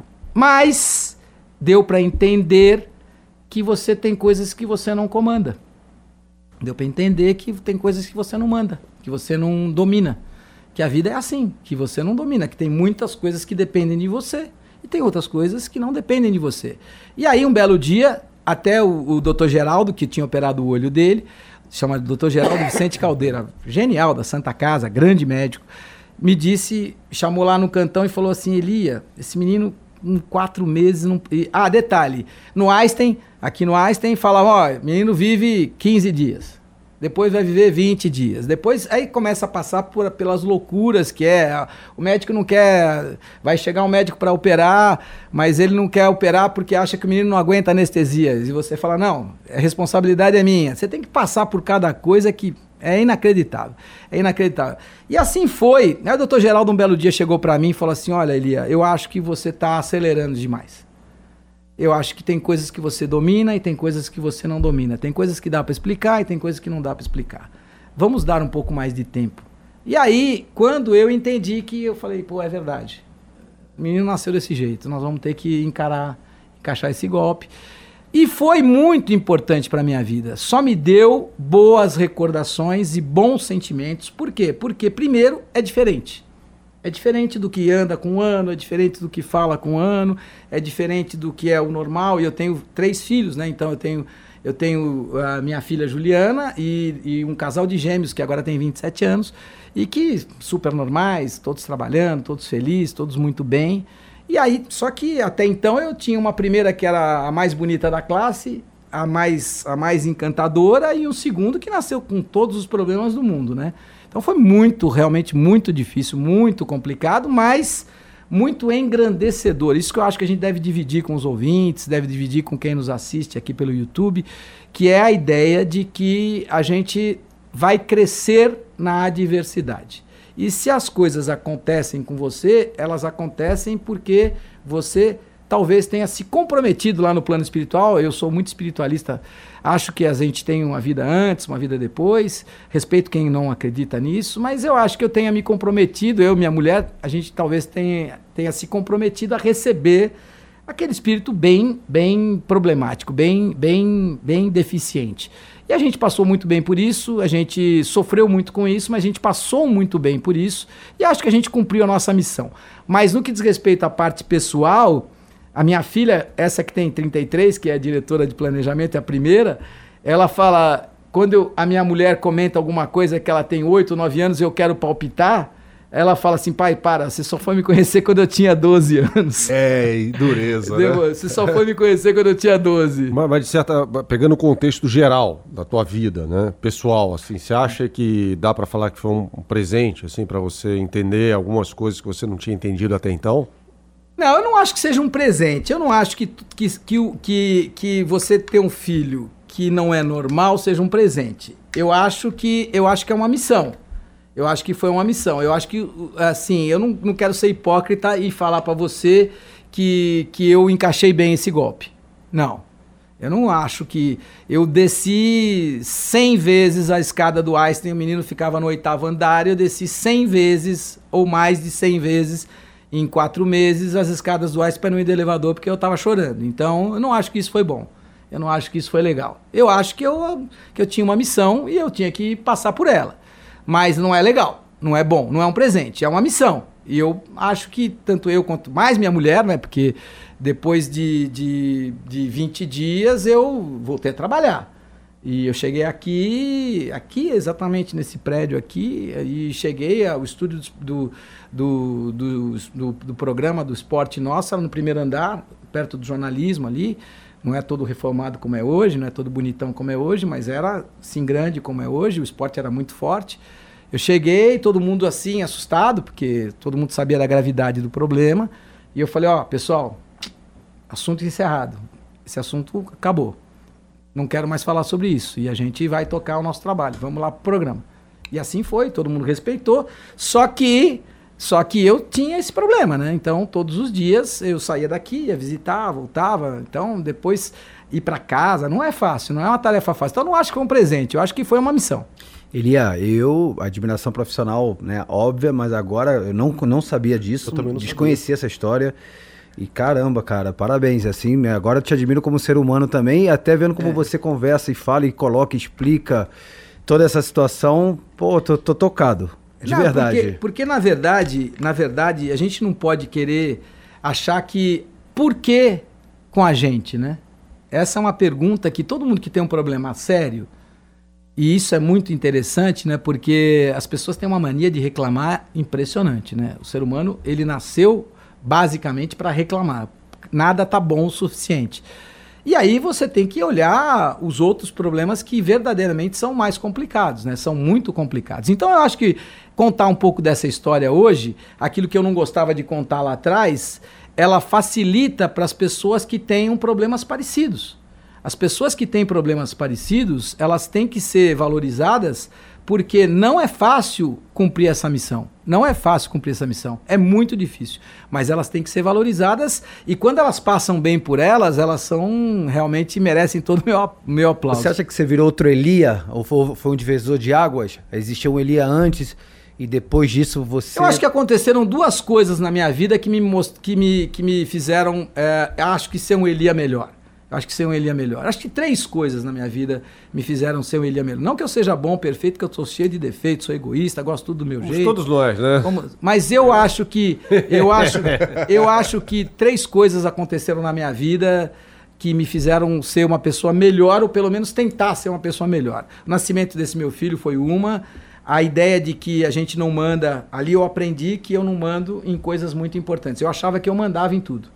Mas deu para entender que você tem coisas que você não comanda. Deu para entender que tem coisas que você não manda, que você não domina. Que a vida é assim, que você não domina, que tem muitas coisas que dependem de você e tem outras coisas que não dependem de você. E aí um belo dia, até o, o doutor Geraldo, que tinha operado o olho dele, chama de doutor Geraldo Vicente Caldeira, genial, da Santa Casa, grande médico, me disse, chamou lá no cantão e falou assim, Elia, esse menino... em quatro meses... Não... Ah, detalhe, no Einstein, aqui no Einstein, falava, ó, menino vive quinze dias, depois vai viver vinte dias, depois aí começa a passar por, pelas loucuras que é, o médico não quer, vai chegar um médico para operar, mas ele não quer operar porque acha que o menino não aguenta anestesia, e você fala, não, a responsabilidade é minha, você tem que passar por cada coisa que é inacreditável, é inacreditável. E assim foi. Aí o doutor Geraldo um belo dia chegou para mim e falou assim, olha, Elia, eu acho que você está acelerando demais. Eu acho que tem coisas que você domina e tem coisas que você não domina. Tem coisas que dá para explicar e tem coisas que não dá para explicar. Vamos dar um pouco mais de tempo. E aí, quando eu entendi que eu falei, pô, é verdade. O menino nasceu desse jeito, nós vamos ter que encarar, encaixar esse golpe. E foi muito importante para a minha vida. Só me deu boas recordações e bons sentimentos. Por quê? Porque, primeiro, é diferente. É diferente do que anda com um ano, é diferente do que fala com um ano, é diferente do que é o normal. E eu tenho três filhos, né? Então eu tenho, eu tenho a minha filha Juliana e, e um casal de gêmeos que agora tem vinte e sete anos e que super normais, todos trabalhando, todos felizes, todos muito bem. E aí, só que até então eu tinha uma primeira que era a mais bonita da classe, a mais, a mais encantadora e um segundo que nasceu com todos os problemas do mundo, né? Então foi muito, realmente muito difícil, muito complicado, mas muito engrandecedor. Isso que eu acho que a gente deve dividir com os ouvintes, deve dividir com quem nos assiste aqui pelo YouTube, que é a ideia de que a gente vai crescer na adversidade. E se as coisas acontecem com você, elas acontecem porque você talvez tenha se comprometido lá no plano espiritual. Eu sou muito espiritualista, acho que a gente tem uma vida antes, uma vida depois, respeito quem não acredita nisso, mas eu acho que eu tenha me comprometido, eu e minha mulher, a gente talvez tenha, tenha se comprometido a receber aquele espírito bem, bem problemático, bem, bem, bem deficiente. E a gente passou muito bem por isso, a gente sofreu muito com isso, mas a gente passou muito bem por isso e acho que a gente cumpriu a nossa missão. Mas no que diz respeito à parte pessoal, a minha filha, essa que tem trinta e três, que é a diretora de planejamento, é a primeira, ela fala, quando eu, a minha mulher comenta alguma coisa que ela tem oito, nove anos e eu quero palpitar, ela fala assim, pai, para, você só foi me conhecer quando eu tinha doze anos. É, dureza, né? Você só foi me conhecer quando eu tinha doze. Mas, mas de certa, pegando o contexto geral da tua vida, né, pessoal, assim, você acha que dá para falar que foi um, um presente, assim, para você entender algumas coisas que você não tinha entendido até então? Não, eu não acho que seja um presente. Eu não acho que, que, que, que, que você ter um filho que não é normal seja um presente. Eu acho que, eu acho que é uma missão. Eu acho que foi uma missão. Eu acho que, assim, eu não, não quero ser hipócrita e falar pra você que, que eu encaixei bem esse golpe. Não. Eu não acho que... Eu desci cem vezes a escada do Einstein, o menino ficava no oitavo andar, eu desci cem vezes, ou mais de cem vezes, em quatro meses, as escadas do Einstein para não ir de elevador, porque eu tava chorando. Então, eu não acho que isso foi bom. Eu não acho que isso foi legal. Eu acho que eu, que eu tinha uma missão e eu tinha que passar por ela. Mas não é legal, não é bom, não é um presente, é uma missão. E eu acho que tanto eu quanto mais minha mulher, né? Porque depois de, de, de vinte dias eu voltei a trabalhar. E eu cheguei aqui, aqui exatamente nesse prédio aqui, e cheguei ao estúdio do, do, do, do, do programa do Esporte Nossa, no primeiro andar, perto do jornalismo ali. Não é todo reformado como é hoje, não é todo bonitão como é hoje, mas era assim grande como é hoje, o esporte era muito forte. Eu cheguei, todo mundo assim, assustado, porque todo mundo sabia da gravidade do problema. E eu falei, ó, pessoal, assunto encerrado. Esse assunto acabou. Não quero mais falar sobre isso. E a gente vai tocar o nosso trabalho. Vamos lá pro programa. E assim foi, todo mundo respeitou. Só que... Só que eu tinha esse problema, né? Então, todos os dias eu saía daqui, ia visitar, voltava. Então, depois ir para casa não é fácil, não é uma tarefa fácil. Então, eu não acho que foi um presente, eu acho que foi uma missão. Elia, eu, admiração profissional, né, óbvia, mas agora eu não, não sabia disso, eu também não desconhecia essa história. E caramba, cara, parabéns, assim, agora eu te admiro como ser humano também, até vendo como é. você conversa e fala e coloca, explica toda essa situação, pô, tô, tô tocado. De não, verdade. Porque, porque, na verdade, na verdade, a gente não pode querer achar que por que com a gente, né? Essa é uma pergunta que todo mundo que tem um problema sério, e isso é muito interessante, né? Porque as pessoas têm uma mania de reclamar impressionante, né? O ser humano, ele nasceu basicamente para reclamar. Nada tá bom o suficiente. E aí você tem que olhar os outros problemas que verdadeiramente são mais complicados, né? São muito complicados. Então eu acho que contar um pouco dessa história hoje, aquilo que eu não gostava de contar lá atrás, ela facilita para as pessoas que tenham problemas parecidos. As pessoas que têm problemas parecidos, elas têm que ser valorizadas porque não é fácil cumprir essa missão. Não é fácil cumprir essa missão. É muito difícil. Mas elas têm que ser valorizadas e quando elas passam bem por elas, elas são realmente merecem todo o meu, meu aplauso. Você acha que você virou outro Elia? Ou foi, foi um divisor de águas? Existia um Elia antes e depois disso você... Eu acho que aconteceram duas coisas na minha vida que me, most... que me, que me fizeram, é, acho que ser um Elia melhor. Acho que ser um Elia melhor. Acho que três coisas na minha vida me fizeram ser um Elia melhor. Não que eu seja bom, perfeito, que eu sou cheio de defeitos, sou egoísta, gosto tudo do meu Como jeito. Todos nós, né? Como... Mas eu acho que eu acho, eu acho que três coisas aconteceram na minha vida que me fizeram ser uma pessoa melhor, ou pelo menos tentar ser uma pessoa melhor. O nascimento desse meu filho foi uma. A ideia de que a gente não manda... Ali eu aprendi que eu não mando em coisas muito importantes. Eu achava que eu mandava em tudo.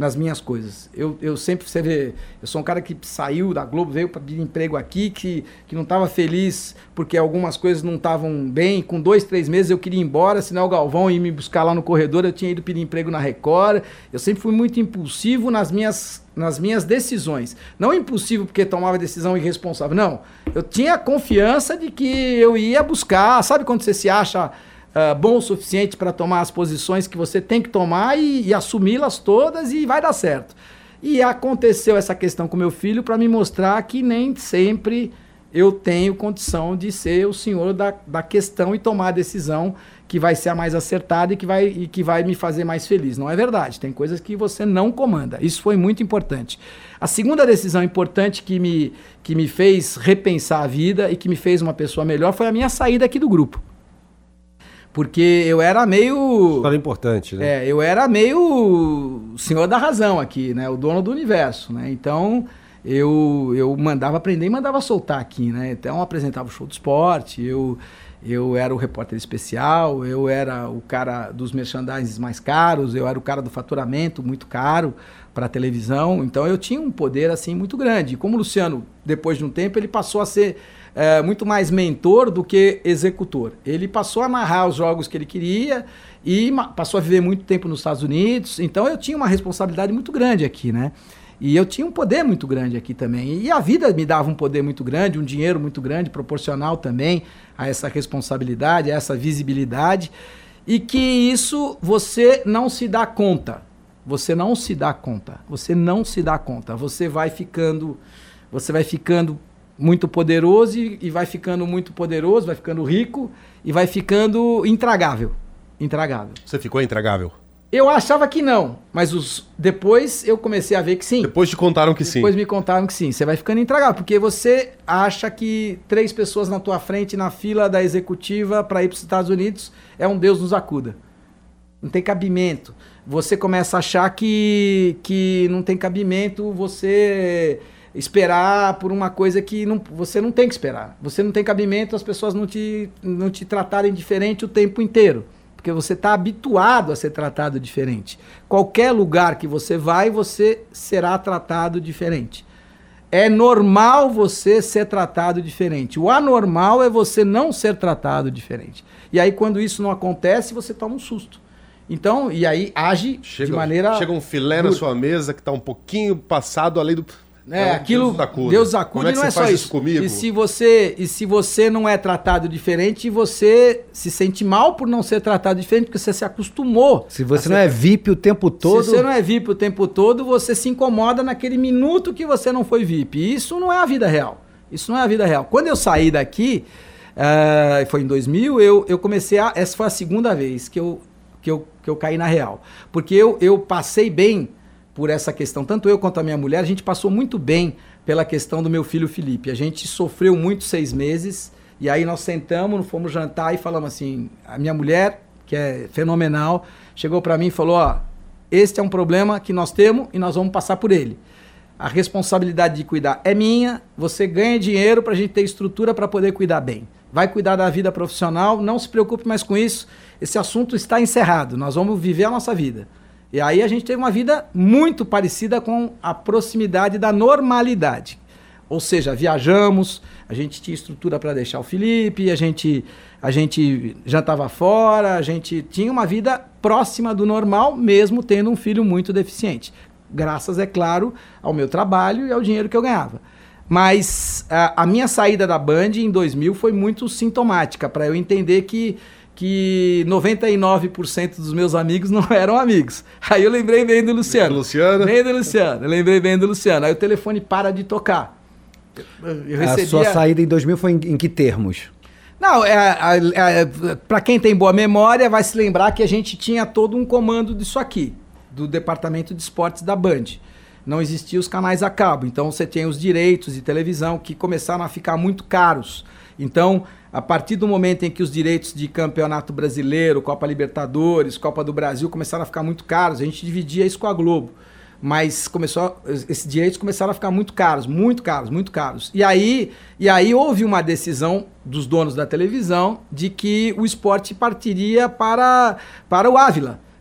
nas minhas coisas. Eu, eu sempre, você vê, eu sou um cara que saiu da Globo, veio para pedir emprego aqui, que, que não estava feliz porque algumas coisas não estavam bem. Com dois, três meses eu queria ir embora, senão o Galvão ia me buscar lá no corredor, eu tinha ido pedir emprego na Record. Eu sempre fui muito impulsivo nas minhas, nas minhas decisões. Não impulsivo porque tomava decisão irresponsável, não. Eu tinha confiança de que eu ia buscar, sabe quando você se acha... Uh, bom o suficiente para tomar as posições que você tem que tomar e, e assumi-las todas e vai dar certo. E aconteceu essa questão com meu filho para me mostrar que nem sempre eu tenho condição de ser o senhor da, da questão e tomar a decisão que vai ser a mais acertada e que, vai, e que vai me fazer mais feliz. Não é verdade, tem coisas que você não comanda. Isso foi muito importante. A segunda decisão importante que me, que me fez repensar a vida e que me fez uma pessoa melhor foi a minha saída aqui do grupo. Porque eu era meio... História importante, né? É, eu era meio senhor da razão aqui, né? O dono do universo, né? Então, eu, eu mandava aprender e mandava soltar aqui, né? Então, eu apresentava o show do esporte, eu, eu era o repórter especial, eu era o cara dos merchandises mais caros, eu era o cara do faturamento muito caro para a televisão. Então, eu tinha um poder, assim, muito grande. E como o Luciano, depois de um tempo, ele passou a ser... É, muito mais mentor do que executor. Ele passou a narrar os jogos que ele queria e passou a viver muito tempo nos Estados Unidos, então eu tinha uma responsabilidade muito grande aqui, né? E eu tinha um poder muito grande aqui também. E a vida me dava um poder muito grande, um dinheiro muito grande, proporcional também a essa responsabilidade, a essa visibilidade, e que isso você não se dá conta. Você não se dá conta. Você não se dá conta. Você vai ficando... Você vai ficando... muito poderoso e, e vai ficando muito poderoso, vai ficando rico e vai ficando intragável. Intragável. Você ficou intragável? Eu achava que não, mas os, depois eu comecei a ver que sim. Depois te contaram que depois sim. Depois me contaram que sim. Você vai ficando intragável, porque você acha que três pessoas na tua frente na fila da executiva para ir para os Estados Unidos é um Deus nos acuda. Não tem cabimento. Você começa a achar que, que não tem cabimento você... esperar por uma coisa que não, você não tem que esperar. Você não tem cabimento, as pessoas não te, não te tratarem diferente o tempo inteiro. Porque você está habituado a ser tratado diferente. Qualquer lugar que você vai, você será tratado diferente. É normal você ser tratado diferente. O anormal é você não ser tratado diferente. E aí, quando isso não acontece, você toma um susto. Então, e aí age chega, de maneira... Chega um filé na sua mesa que está um pouquinho passado além do... É, é aquilo, Deus acuda. Deus acuda. Como é que não você é faz só isso isso comigo? E se você, e se você não é tratado diferente, você se sente mal por não ser tratado diferente, porque você se acostumou. Se você não é V I P o tempo todo... Se você não é V I P o tempo todo, você se incomoda naquele minuto que você não foi V I P. E isso não é a vida real. Isso não é a vida real. Quando eu saí daqui, uh, foi em dois mil, eu, eu comecei a... Essa foi a segunda vez que eu, que eu, que eu caí na real. Porque eu, eu passei bem por essa questão. Tanto eu quanto a minha mulher, a gente passou muito bem pela questão do meu filho Felipe. A gente sofreu muito seis meses, e aí nós sentamos, fomos jantar e falamos assim, a minha mulher, que é fenomenal, chegou para mim e falou, ó, este é um problema que nós temos e nós vamos passar por ele. A responsabilidade de cuidar é minha, você ganha dinheiro para a gente ter estrutura para poder cuidar bem. Vai cuidar da vida profissional, não se preocupe mais com isso, esse assunto está encerrado, nós vamos viver a nossa vida. E aí a gente teve uma vida muito parecida com a proximidade da normalidade. Ou seja, viajamos, a gente tinha estrutura para deixar o Felipe, a gente, a gente jantava fora, a gente tinha uma vida próxima do normal, mesmo tendo um filho muito deficiente. Graças, é claro, ao meu trabalho e ao dinheiro que eu ganhava. Mas a, a minha saída da Band em dois mil foi muito sintomática, para eu entender que... que noventa e nove por cento dos meus amigos não eram amigos. Aí eu lembrei bem do Luciano. Luciano. Bem do Luciano. Eu lembrei bem do Luciano. Aí o telefone para de tocar. Eu recebia... A sua saída em dois mil foi em, em que termos? Não, é, é, é, para quem tem boa memória, vai se lembrar que a gente tinha todo um comando disso aqui, do departamento de esportes da Band. Não existiam os canais a cabo. Então você tem os direitos de televisão que começaram a ficar muito caros. Então, a partir do momento em que os direitos de Campeonato Brasileiro, Copa Libertadores, Copa do Brasil começaram a ficar muito caros, a gente dividia isso com a Globo. Mas começou, esses direitos começaram a ficar muito caros, muito caros, muito caros. E aí, e aí houve uma decisão dos donos da televisão de que o esporte partiria para, para o Ávila,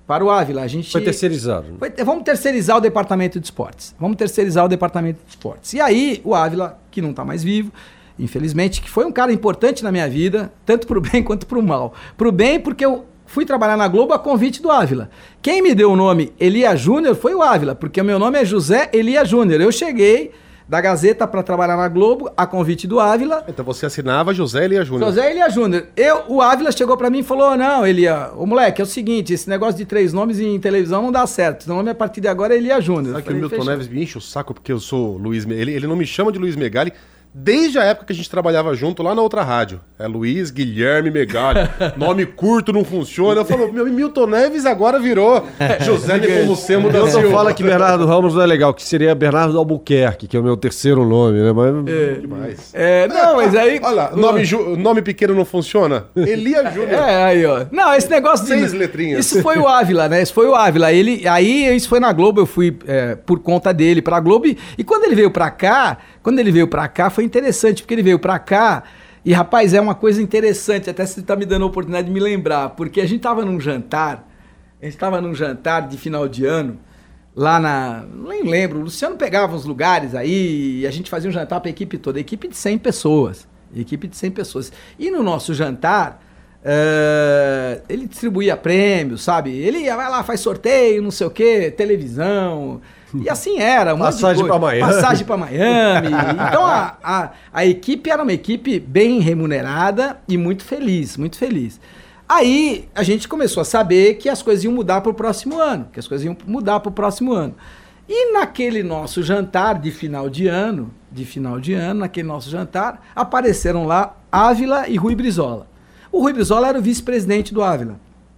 para o Ávila. A gente Foi terceirizado. Foi, vamos terceirizar o departamento de esportes. Vamos terceirizar o departamento de esportes. E aí, o Ávila, que não está mais vivo, infelizmente, que foi um cara importante na minha vida, tanto para o bem quanto para o mal. Para o bem, porque eu fui trabalhar na Globo a convite do Ávila. Quem me deu o nome Elia Júnior foi o Ávila, porque o meu nome é José Elia Júnior. Eu cheguei da Gazeta para trabalhar na Globo a convite do Ávila. Então você assinava José Elia Júnior. José Elia Júnior. Eu, o Ávila chegou para mim e falou: não, Elia, ô moleque, é o seguinte, esse negócio de três nomes em televisão não dá certo. Seu nome a partir de agora é Elia Júnior. Sabe que o Milton Neves me enche o saco porque eu sou Luiz... Me- Ele, ele não me chama de Luiz Megali desde a época que a gente trabalhava junto lá na outra rádio. É Luiz Guilherme Megali. Nome curto não funciona. Eu falo, meu Milton Neves agora virou José Nepomuceno da Eu só Silva. fala que Bernardo Ramos não é legal, que seria Bernardo Albuquerque, que é o meu terceiro nome, né? Mas... Demais. É, não, mas aí... Olha lá, nome, ju- nome pequeno não funciona? Elia Júnior. É, aí, ó. Não, esse negócio de... Seis letrinhas. Isso foi o Ávila, né? Isso foi o Ávila. Ele, aí, isso foi na Globo, eu fui é, por conta dele pra Globo. E, e quando ele veio pra cá, quando ele veio pra cá, foi interessante, porque ele veio pra cá e, rapaz, é uma coisa interessante, até você tá me dando a oportunidade de me lembrar, porque a gente tava num jantar, a gente tava num jantar de final de ano, lá na... nem lembro, o Luciano pegava uns lugares aí e a gente fazia um jantar pra equipe toda, equipe de cem pessoas, equipe de cem pessoas. E no nosso jantar... Uh, ele distribuía prêmios, sabe? Ele ia, vai lá, faz sorteio, não sei o que, televisão. E assim era. Um Passagem para Miami. Passagem para Miami. Então a, a, a equipe era uma equipe bem remunerada e muito feliz, muito feliz. Aí a gente começou a saber que as coisas iam mudar para o próximo ano, que as coisas iam mudar para o próximo ano. E naquele nosso jantar de final de ano, de final de ano, naquele nosso jantar, apareceram lá Ávila e Rui Brizola. O Rui Brizola era o vice-presidente do Ávila.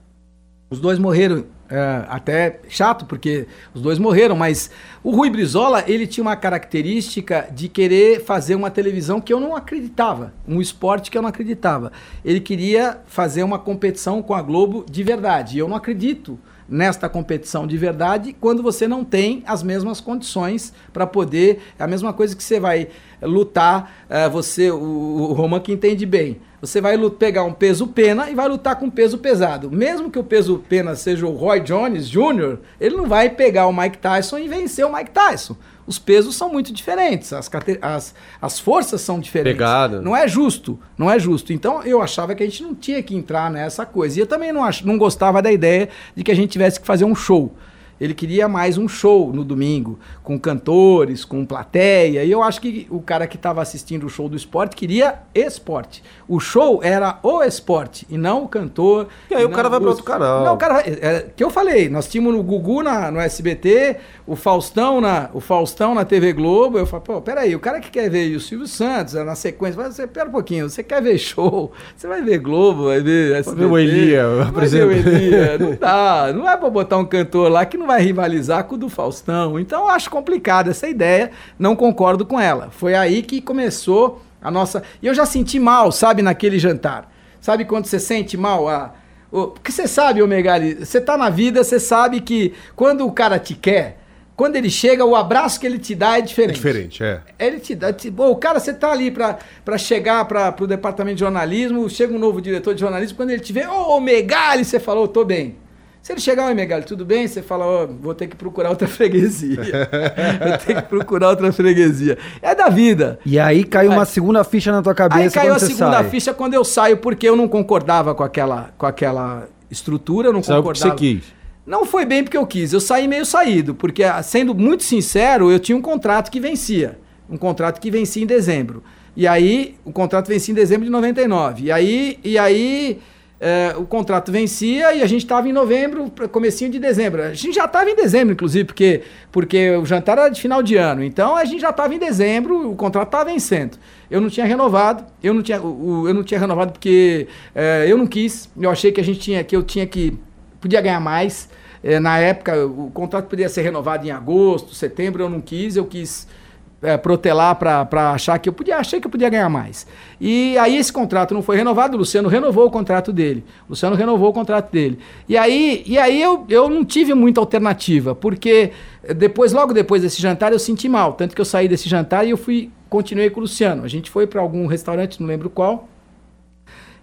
Os dois morreram, é, até chato, porque os dois morreram, mas o Rui Brizola, ele tinha uma característica de querer fazer uma televisão que eu não acreditava, um esporte que eu não acreditava. Ele queria fazer uma competição com a Globo de verdade, e eu não acredito nesta competição de verdade quando você não tem as mesmas condições para poder... É a mesma coisa que você vai lutar, é, você, o, o Roman que entende bem, você vai pegar um peso pena e vai lutar com um peso pesado. Mesmo que o peso pena seja o Roy Jones Júnior, ele não vai pegar o Mike Tyson e vencer o Mike Tyson. Os pesos são muito diferentes, as, as, as forças são diferentes. Pegada. Não é justo, não é justo. Então eu achava que a gente não tinha que entrar nessa coisa. E eu também não, ach, não gostava da ideia de que a gente tivesse que fazer um show. Ele queria mais um show no domingo, com cantores, com plateia. E eu acho que o cara que estava assistindo o show do esporte queria esporte. O show era o esporte e não o cantor. E aí o não cara vai os... para outro canal. Não, o cara vai... É, que eu falei, nós tínhamos o Gugu na, no S B T, o Faustão, na, o Faustão na T V Globo. Eu falei, pô, peraí, o cara que quer ver o Silvio Santos na sequência, você, pera um pouquinho, você quer ver show, você vai ver Globo, vai ver S B T. Vai ver o Elia, vai ver o Elia. Não dá, não é pra botar um cantor lá que não vai rivalizar com o do Faustão. Então eu acho complicado essa ideia, não concordo com ela. Foi aí que começou a nossa... E eu já senti mal, sabe, naquele jantar. Sabe quando você sente mal? A... Porque você sabe, ô Megali, você tá na vida, você sabe que quando o cara te quer, quando ele chega, o abraço que ele te dá é diferente. É diferente, é. Ele te dá... Te, bom, o cara, você tá ali pra, pra chegar pra, pro departamento de jornalismo, chega um novo diretor de jornalismo, quando ele te vê, ô, ô Megali, você falou, tô bem. Se ele chegar, oi, Megali, tudo bem? Você fala, ó, oh, vou ter que procurar outra freguesia. Vou ter que procurar outra freguesia. É da vida. E aí caiu aí, uma segunda ficha na tua cabeça. Aí caiu a segunda sai. ficha quando eu saio, porque eu não concordava com aquela, com aquela estrutura, eu não Saiu concordava. porque você quis. Não foi bem porque eu quis, eu saí meio saído, porque, sendo muito sincero, eu tinha um contrato que vencia. Um contrato que vencia em dezembro. E aí, o contrato vencia em dezembro de noventa e nove. E aí... E aí É, o contrato vencia e a gente estava em novembro, comecinho de dezembro. A gente já estava em dezembro, inclusive, porque, porque o jantar era de final de ano. Então a gente já estava em dezembro, o contrato estava vencendo. Eu não tinha renovado, eu não tinha, o, eu não tinha renovado porque é, eu não quis. Eu achei que a gente tinha, que eu tinha que podia ganhar mais. É, na época, o contrato podia ser renovado em agosto, setembro. Eu não quis, eu quis É, protelar para achar que eu podia, achei que eu podia ganhar mais. E aí esse contrato não foi renovado, o Luciano renovou o contrato dele. O Luciano renovou o contrato dele. E aí, e aí eu, eu não tive muita alternativa, porque depois, logo depois desse jantar eu senti mal, tanto que eu saí desse jantar e eu fui, continuei com o Luciano. A gente foi para algum restaurante, não lembro qual,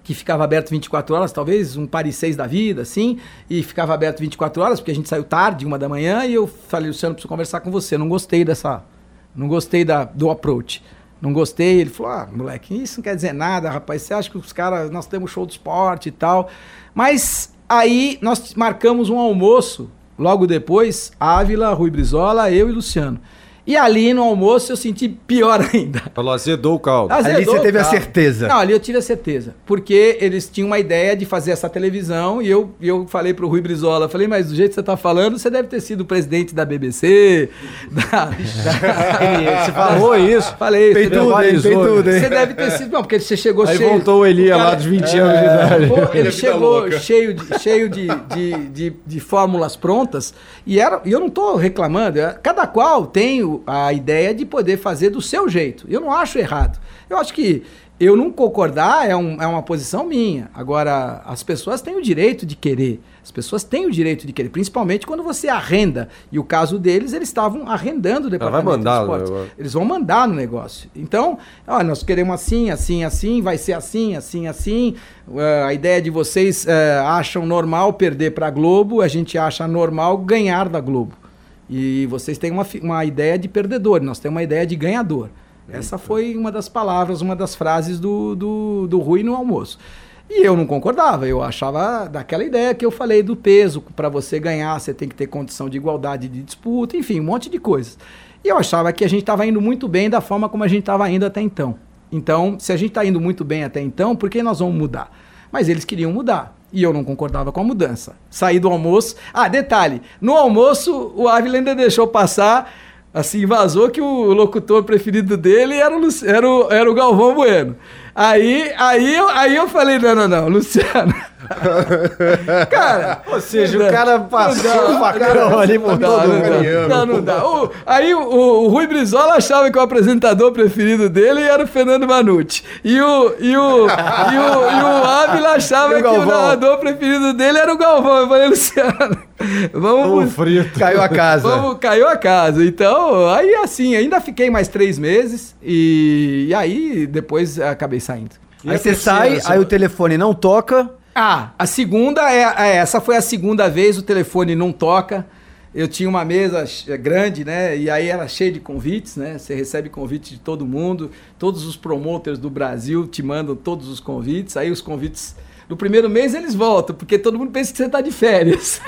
que ficava aberto vinte e quatro horas, talvez um Paris seis da vida, assim, e ficava aberto vinte e quatro horas, porque a gente saiu tarde, uma da manhã, e eu falei, Luciano, preciso conversar com você, não gostei dessa, não gostei da, do approach, não gostei. Ele falou, ah, moleque, isso não quer dizer nada, rapaz, você acha que os caras, nós temos show de esporte e tal, mas aí nós marcamos um almoço, logo depois, Ávila, Rui Brizola, eu e Luciano. E ali no almoço eu senti pior ainda. Falou, azedou o caldo. Azedou Ali você teve o a caldo. certeza. Não, ali eu tive a certeza. Porque eles tinham uma ideia de fazer essa televisão e eu, eu falei pro Rui Brizola, falei, mas do jeito que você tá falando, você deve ter sido presidente da B B C, da... da Você falou isso. Falei, Tem você tudo, deve- hein? Tem tudo, hein? Você deve ter sido... Não, porque você chegou Aí cheio... voltou o Elia o cara- lá dos vinte anos de idade. Pô, ele Vida chegou louca. cheio, de, cheio de, de, de, de fórmulas prontas e era, e eu não estou reclamando, é- cada qual tem o- a ideia de poder fazer do seu jeito. Eu não acho errado. Eu acho que eu não concordar é, um, é uma posição minha. Agora, as pessoas têm o direito de querer. As pessoas têm o direito de querer, principalmente quando você arrenda. E o caso deles, eles estavam arrendando o departamento vai mandar de no esportes. negócio. Eles vão mandar no negócio. Então, ó, nós queremos assim, assim, assim, vai ser assim, assim, assim. Uh, a ideia de vocês uh, acham normal perder para a Globo, a gente acha normal ganhar da Globo. E vocês têm uma, fi- uma ideia de perdedor, nós temos uma ideia de ganhador. Essa foi uma das palavras, uma das frases do, do, do Rui no almoço. E eu não concordava, eu achava daquela ideia que eu falei do peso, para você ganhar você tem que ter condição de igualdade de disputa, enfim, um monte de coisas. E eu achava que a gente estava indo muito bem da forma como a gente estava indo até então. Então, se a gente está indo muito bem até então, por que nós vamos mudar? Mas eles queriam mudar. E eu não concordava com a mudança. Saí do almoço. Ah, detalhe: no almoço, o Ávila ainda deixou passar, assim, vazou que o locutor preferido dele era o, Luci- era o, era o Galvão Bueno. Aí, aí, eu, aí eu falei: não, não, não, Luciano. Cara. Ou seja, não o dá, cara passou não dá, o facão não ali por dá, todo não mundo. dá, Não, não dá. O- aí o, o- o Rui Brizola achava que o apresentador preferido dele era o Fernando Vanucci. E o, e o, e o, e o Ávila achava E o que o Galvão? narrador preferido dele era o Galvão. Eu falei, Luciano, vamos... Ô, frito. Caiu a casa. Vamos, caiu a casa. Então, aí assim, ainda fiquei mais três meses e, e aí depois acabei saindo. Aí você sai, aí o telefone não toca. Ah, a segunda é, é essa foi a segunda vez, o telefone não toca. Eu tinha uma mesa ch- grande, né? E aí era cheia de convites, né? Você recebe convite de todo mundo, todos os promoters do Brasil te mandam todos os convites. Aí os convites no primeiro mês eles voltam, porque todo mundo pensa que você está de férias.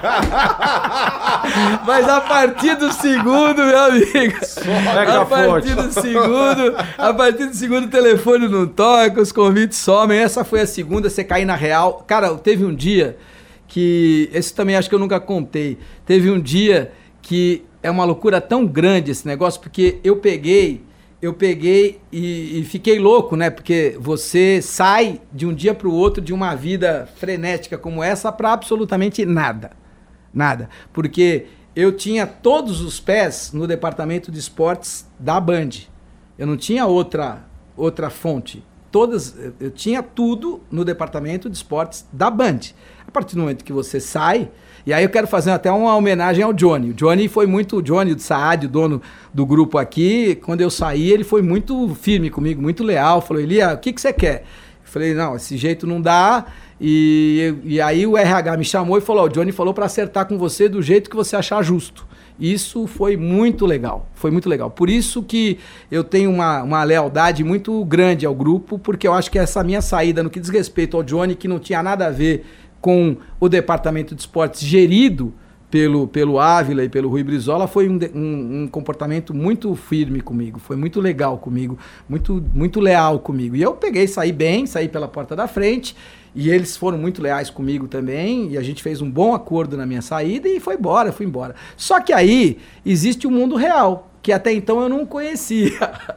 Mas a partir do segundo, meu amigo, a partir do segundo, a partir do segundo o telefone não toca, os convites somem. Essa foi a segunda, você cair na real. Cara, teve um dia que, esse também acho que eu nunca contei, teve um dia que é uma loucura tão grande esse negócio, porque eu peguei, eu peguei e, e fiquei louco, né? Porque você sai de um dia para o outro de uma vida frenética como essa para absolutamente nada. Nada. Porque eu tinha todos os pés no departamento de esportes da Band. Eu não tinha outra, outra fonte. Todas, eu tinha tudo no departamento de esportes da Band. A partir do momento que você sai, e aí eu quero fazer até uma homenagem ao Johnny. O Johnny foi muito, o Johnny de Saad, o dono do grupo aqui, quando eu saí, ele foi muito firme comigo, muito leal. Falou, Elia, o que, que você quer? Eu falei, não, esse jeito não dá. E, e aí o R H me chamou e falou, o Johnny falou para acertar com você do jeito que você achar justo. Isso foi muito legal, foi muito legal. Por isso que eu tenho uma, uma lealdade muito grande ao grupo, porque eu acho que essa minha saída no que diz respeito ao Johnny, que não tinha nada a ver com o departamento de esportes gerido pelo, pelo Ávila e pelo Rui Brizola, foi um, de- um, um comportamento muito firme comigo, foi muito legal comigo, muito, muito leal comigo. E eu peguei, saí bem, saí pela porta da frente, e eles foram muito leais comigo também, e a gente fez um bom acordo na minha saída e foi embora, fui embora. Só que aí existe o mundo real, que até então eu não conhecia.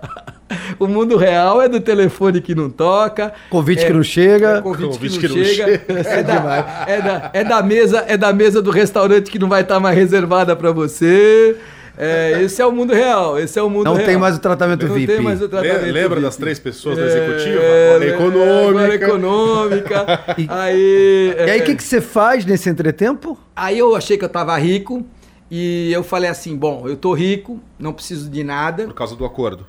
O mundo real é do telefone que não toca. Convite é- que não chega. é convite, Convite que não que não chega. É, da, é, da, é, da mesa, é da mesa do restaurante que não vai estar mais reservada para você. É, esse é o mundo real. Esse é o mundo Não real. tem mais o tratamento Não V I P. tem mais o tratamento Le- Lembra V I P. das três pessoas da É, executiva? é, Agora econômica. Agora econômica. Aí, E aí, o é, que, que você faz nesse entretempo? aí eu achei que eu tava rico e eu falei assim, bom, eu tô rico, não preciso de nada. Por causa do acordo.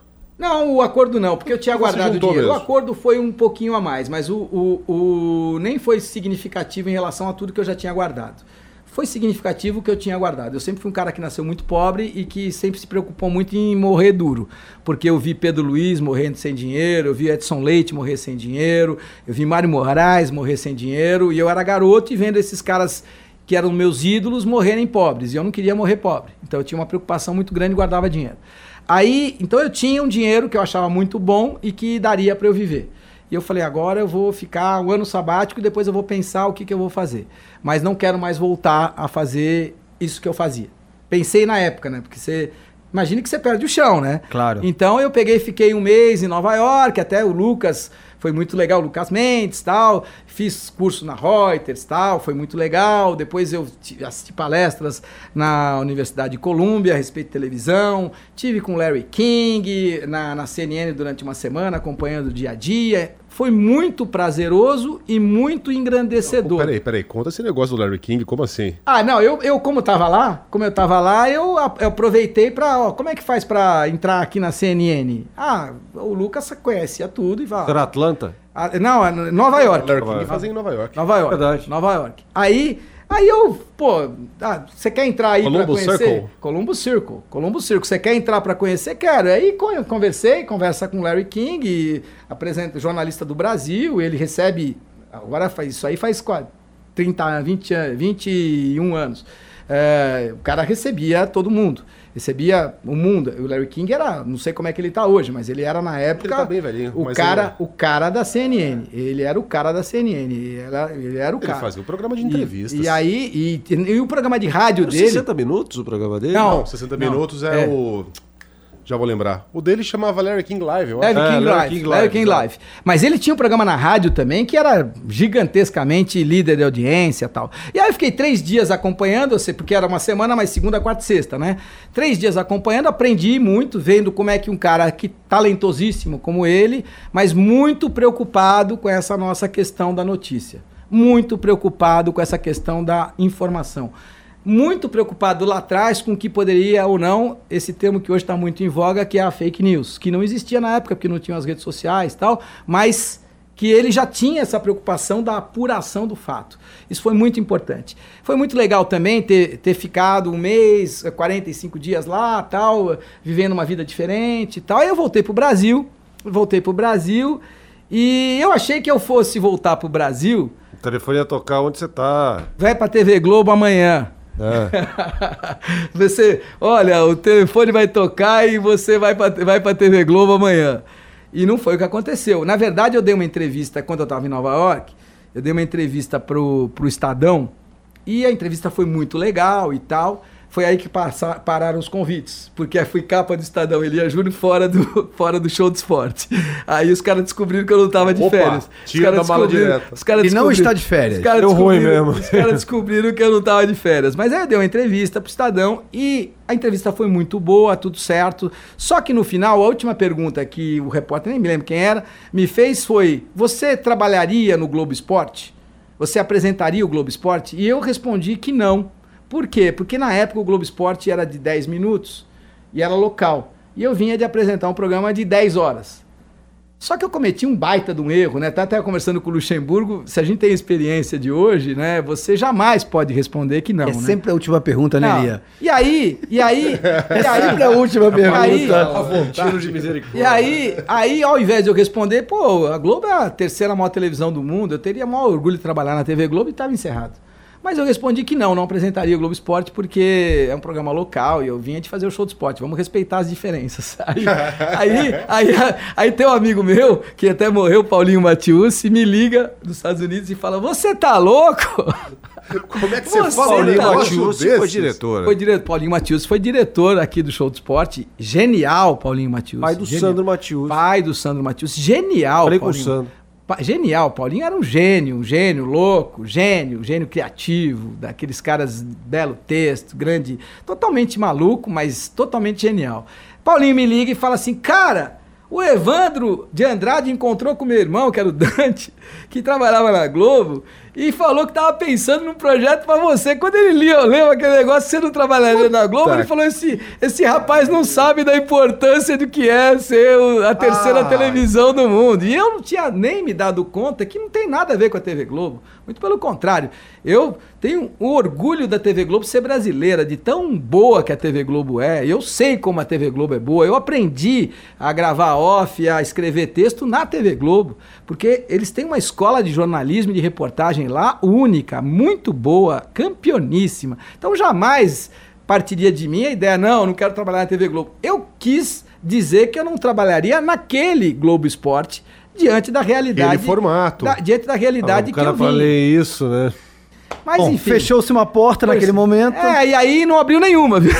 Não, o acordo não, porque eu tinha Você guardado o juntou dinheiro. mesmo. O acordo foi um pouquinho a mais, mas o, o, o nem foi significativo em relação a tudo que eu já tinha guardado. Foi significativo o que eu tinha guardado. Eu sempre fui um cara que nasceu muito pobre e que sempre se preocupou muito em morrer duro. Porque eu vi Pedro Luiz morrendo sem dinheiro, eu vi Edson Leite morrer sem dinheiro, eu vi Mário Moraes morrer sem dinheiro, e eu era garoto e vendo esses caras que eram meus ídolos morrerem pobres, e eu não queria morrer pobre. Então eu tinha uma preocupação muito grande e guardava dinheiro. Aí, então eu tinha um dinheiro que eu achava muito bom e que daria para eu viver. E eu falei, agora eu vou ficar um ano sabático e depois eu vou pensar o que, que eu vou fazer. Mas não quero mais voltar a fazer isso que eu fazia. Pensei na época, né? Porque você... Imagina que você perde o chão, né? Claro. Então eu peguei e fiquei um mês em Nova York, até o Lucas... Foi muito legal, o Lucas Mendes, tal. Fiz curso na Reuters, tal. Foi muito legal. Depois eu assisti palestras na Universidade de Colômbia a respeito de televisão. Tive com o Larry King na, na C N N durante uma semana, acompanhando o dia a dia. Foi muito prazeroso e muito engrandecedor. Peraí, peraí, conta esse negócio do Larry King, como assim? Ah, não, eu, eu como tava lá, como eu tava lá, eu, eu aproveitei pra, ó, como é que faz pra entrar aqui na C N N? Ah, o Lucas conhecia tudo e vai. Era Atlanta? Ah, não, é Nova York. Larry King fazia em Nova York. Nova York. Verdade. Nova York. Aí, aí eu, pô, ah, você quer entrar aí Columbus pra conhecer? Circle? Columbus Circle. Columbus Circle. Você quer entrar pra conhecer? Quero. Aí con- conversei, conversa com o Larry King, e apresenta, jornalista do Brasil, ele recebe, agora faz, isso aí faz quase trinta, vinte, vinte e um anos. É, o cara recebia todo mundo. Recebia o mundo. O Larry King era, não sei como é que ele tá hoje, mas ele era na época Ele tá bem velhinho, o mas cara, ele- o cara da C N N. Ele era o cara da C N N. Ele era, ele era o Ele cara. fazia um programa de E- entrevistas. E, aí, e, e o programa de rádio dele. sessenta minutos o programa dele? Não. Não, sessenta Não. minutos é, É. o... Já vou lembrar. O dele chamava Larry King Live, eu acho. Larry É, King Larry Live, King Larry Live, King exato. Live. Mas ele tinha um programa na rádio também que era gigantescamente líder de audiência e tal. E aí eu fiquei três dias acompanhando, eu sei, porque era uma semana, mas segunda, quarta e sexta, né? Três dias acompanhando, aprendi muito, vendo como é que um cara que talentosíssimo como ele, mas muito preocupado com essa nossa questão da notícia. Muito preocupado com essa questão da informação. Muito preocupado lá atrás com o que poderia ou não, esse termo que hoje está muito em voga, que é a fake news, que não existia na época, porque não tinham as redes sociais e tal, mas que ele já tinha essa preocupação da apuração do fato. Isso foi muito importante. Foi muito legal também ter, ter ficado um mês, quarenta e cinco dias lá, tal, vivendo uma vida diferente e tal. Aí eu voltei para o Brasil, voltei para o Brasil, e eu achei que eu fosse voltar para o Brasil, O telefone ia tocar onde você tá. vai para a T V Globo amanhã. É. Você, olha, o telefone vai tocar e você vai pra, vai pra T V Globo amanhã. E não foi o que aconteceu. Na verdade, eu dei uma entrevista, quando eu estava em Nova York, eu dei uma entrevista pro, pro Estadão, e a entrevista foi muito legal e tal. Foi aí que passa, pararam os convites, porque eu fui capa do Estadão, Elia Júnior, fora do, fora do Show de Esporte. Aí os caras descobriram que eu não estava de Opa, férias. Os tira caras da mala descobriram- direta. os caras E não descobriram- está de férias. Os caras Deu ruim descobriram- mesmo. Os caras descobriram que eu não estava de férias. Mas aí eu dei uma entrevista pro Estadão e a entrevista foi muito boa, tudo certo. Só que no final, a última pergunta que o repórter, nem me lembro quem era, me fez foi: você trabalharia no Globo Esporte? Você apresentaria o Globo Esporte? E eu respondi que não. Por quê? Porque na época o Globo Esporte era de dez minutos e era local. E eu vinha de apresentar um programa de dez horas. Só que eu cometi um baita de um erro, né? Tá até conversando com o Luxemburgo, se a gente tem a experiência de hoje, né? Você jamais pode responder que não, É né? sempre a última pergunta, né, Não. Lia? E aí, e aí, e aí, Sempre a última pergunta. Aí, Tiro de misericórdia. e aí, aí, ao invés de eu responder, pô, a Globo é a terceira maior televisão do mundo, eu teria maior orgulho de trabalhar na T V Globo e estava encerrado. Mas eu respondi que não, não apresentaria o Globo Esporte porque é um programa local e eu vinha de fazer o Show do Esporte. Vamos respeitar as diferenças. Aí, aí, aí, aí tem um amigo meu, que até morreu, Paulinho Matius, e me liga dos Estados Unidos e fala: você tá louco? Como é que você, Você fala um tá negócio Matius foi desses? diretora. Foi diretor, Paulinho Matius foi diretor aqui do Show do Esporte. Genial, Paulinho Matius. Pai do Genial. Sandro Matius. Pai do Sandro Matius. Genial, Falei com o Paulinho. Sandro. Pa- Genial, Paulinho era um gênio, um gênio louco, gênio, gênio criativo, daqueles caras, belo texto, grande, totalmente maluco, mas totalmente genial. Paulinho me liga e fala assim: cara, o Evandro de Andrade encontrou com meu irmão, que era o Dante, que trabalhava na Globo, e falou que tava pensando num projeto pra você. Quando ele leu, leu aquele negócio, você não trabalharia na Globo, Tá. ele falou, esse, esse rapaz não sabe da importância do que é ser o- a terceira Ah. televisão do mundo. E eu não tinha nem me dado conta que não tem nada a ver com a T V Globo. Muito pelo contrário. Eu tenho o orgulho da T V Globo ser brasileira, de tão boa que a T V Globo é. Eu sei como a T V Globo é boa. Eu aprendi a gravar off, a escrever texto na T V Globo, porque eles têm uma escola de jornalismo e de reportagem lá única, muito boa, campeoníssima. Então jamais partiria de mim a ideia, não, eu não quero trabalhar na T V Globo. Eu quis dizer que eu não trabalharia naquele Globo Esporte, diante da realidade. Aquele formato. da- diante da realidade o que eu cara vi. falei isso, né? Mas Bom, enfim. fechou-se uma porta naquele momento. É, e aí não abriu nenhuma, viu?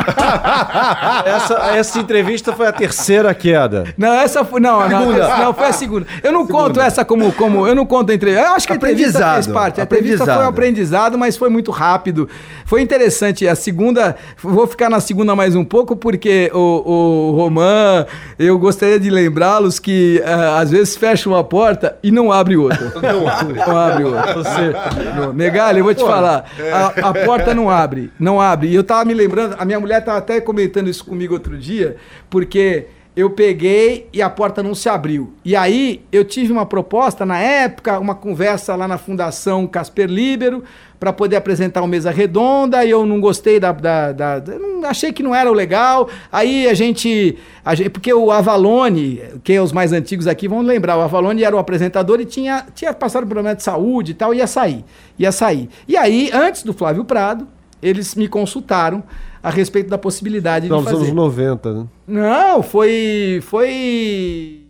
Essa, essa entrevista foi a terceira queda. Não, essa foi. Não, não, não, foi a segunda. Eu não conto essa como, como. Eu não conto a entrevista. Eu acho que a entrevista Aprendizado, fez parte. A entrevista foi um aprendizado. aprendizado, mas foi muito rápido. Foi interessante. A segunda. Vou ficar na segunda mais um pouco, porque o, o Roman, eu gostaria de lembrá-los que ah, às vezes fecha uma porta e não abre outra. Não abre. Não abre outra. Você, não, Megali, eu vou te falar. A, a porta não abre. Não abre. E eu tava me lembrando, a minha mulher tava até comentando isso comigo outro dia, porque eu peguei e a porta não se abriu. E aí eu tive uma proposta na época, uma conversa lá na Fundação Casper Libero, para poder apresentar uma mesa redonda, e eu não gostei da... da, da- da- não, achei que não era o legal. Aí a gente, a gente... Porque o Avalone, que é os mais antigos aqui vão lembrar, o Avalone era o apresentador e tinha, tinha passado por problema de saúde e tal, ia sair. Ia sair. E aí, antes do Flávio Prado, eles me consultaram a respeito da possibilidade Não, de nos fazer. anos noventa, né? Não, foi. Foi.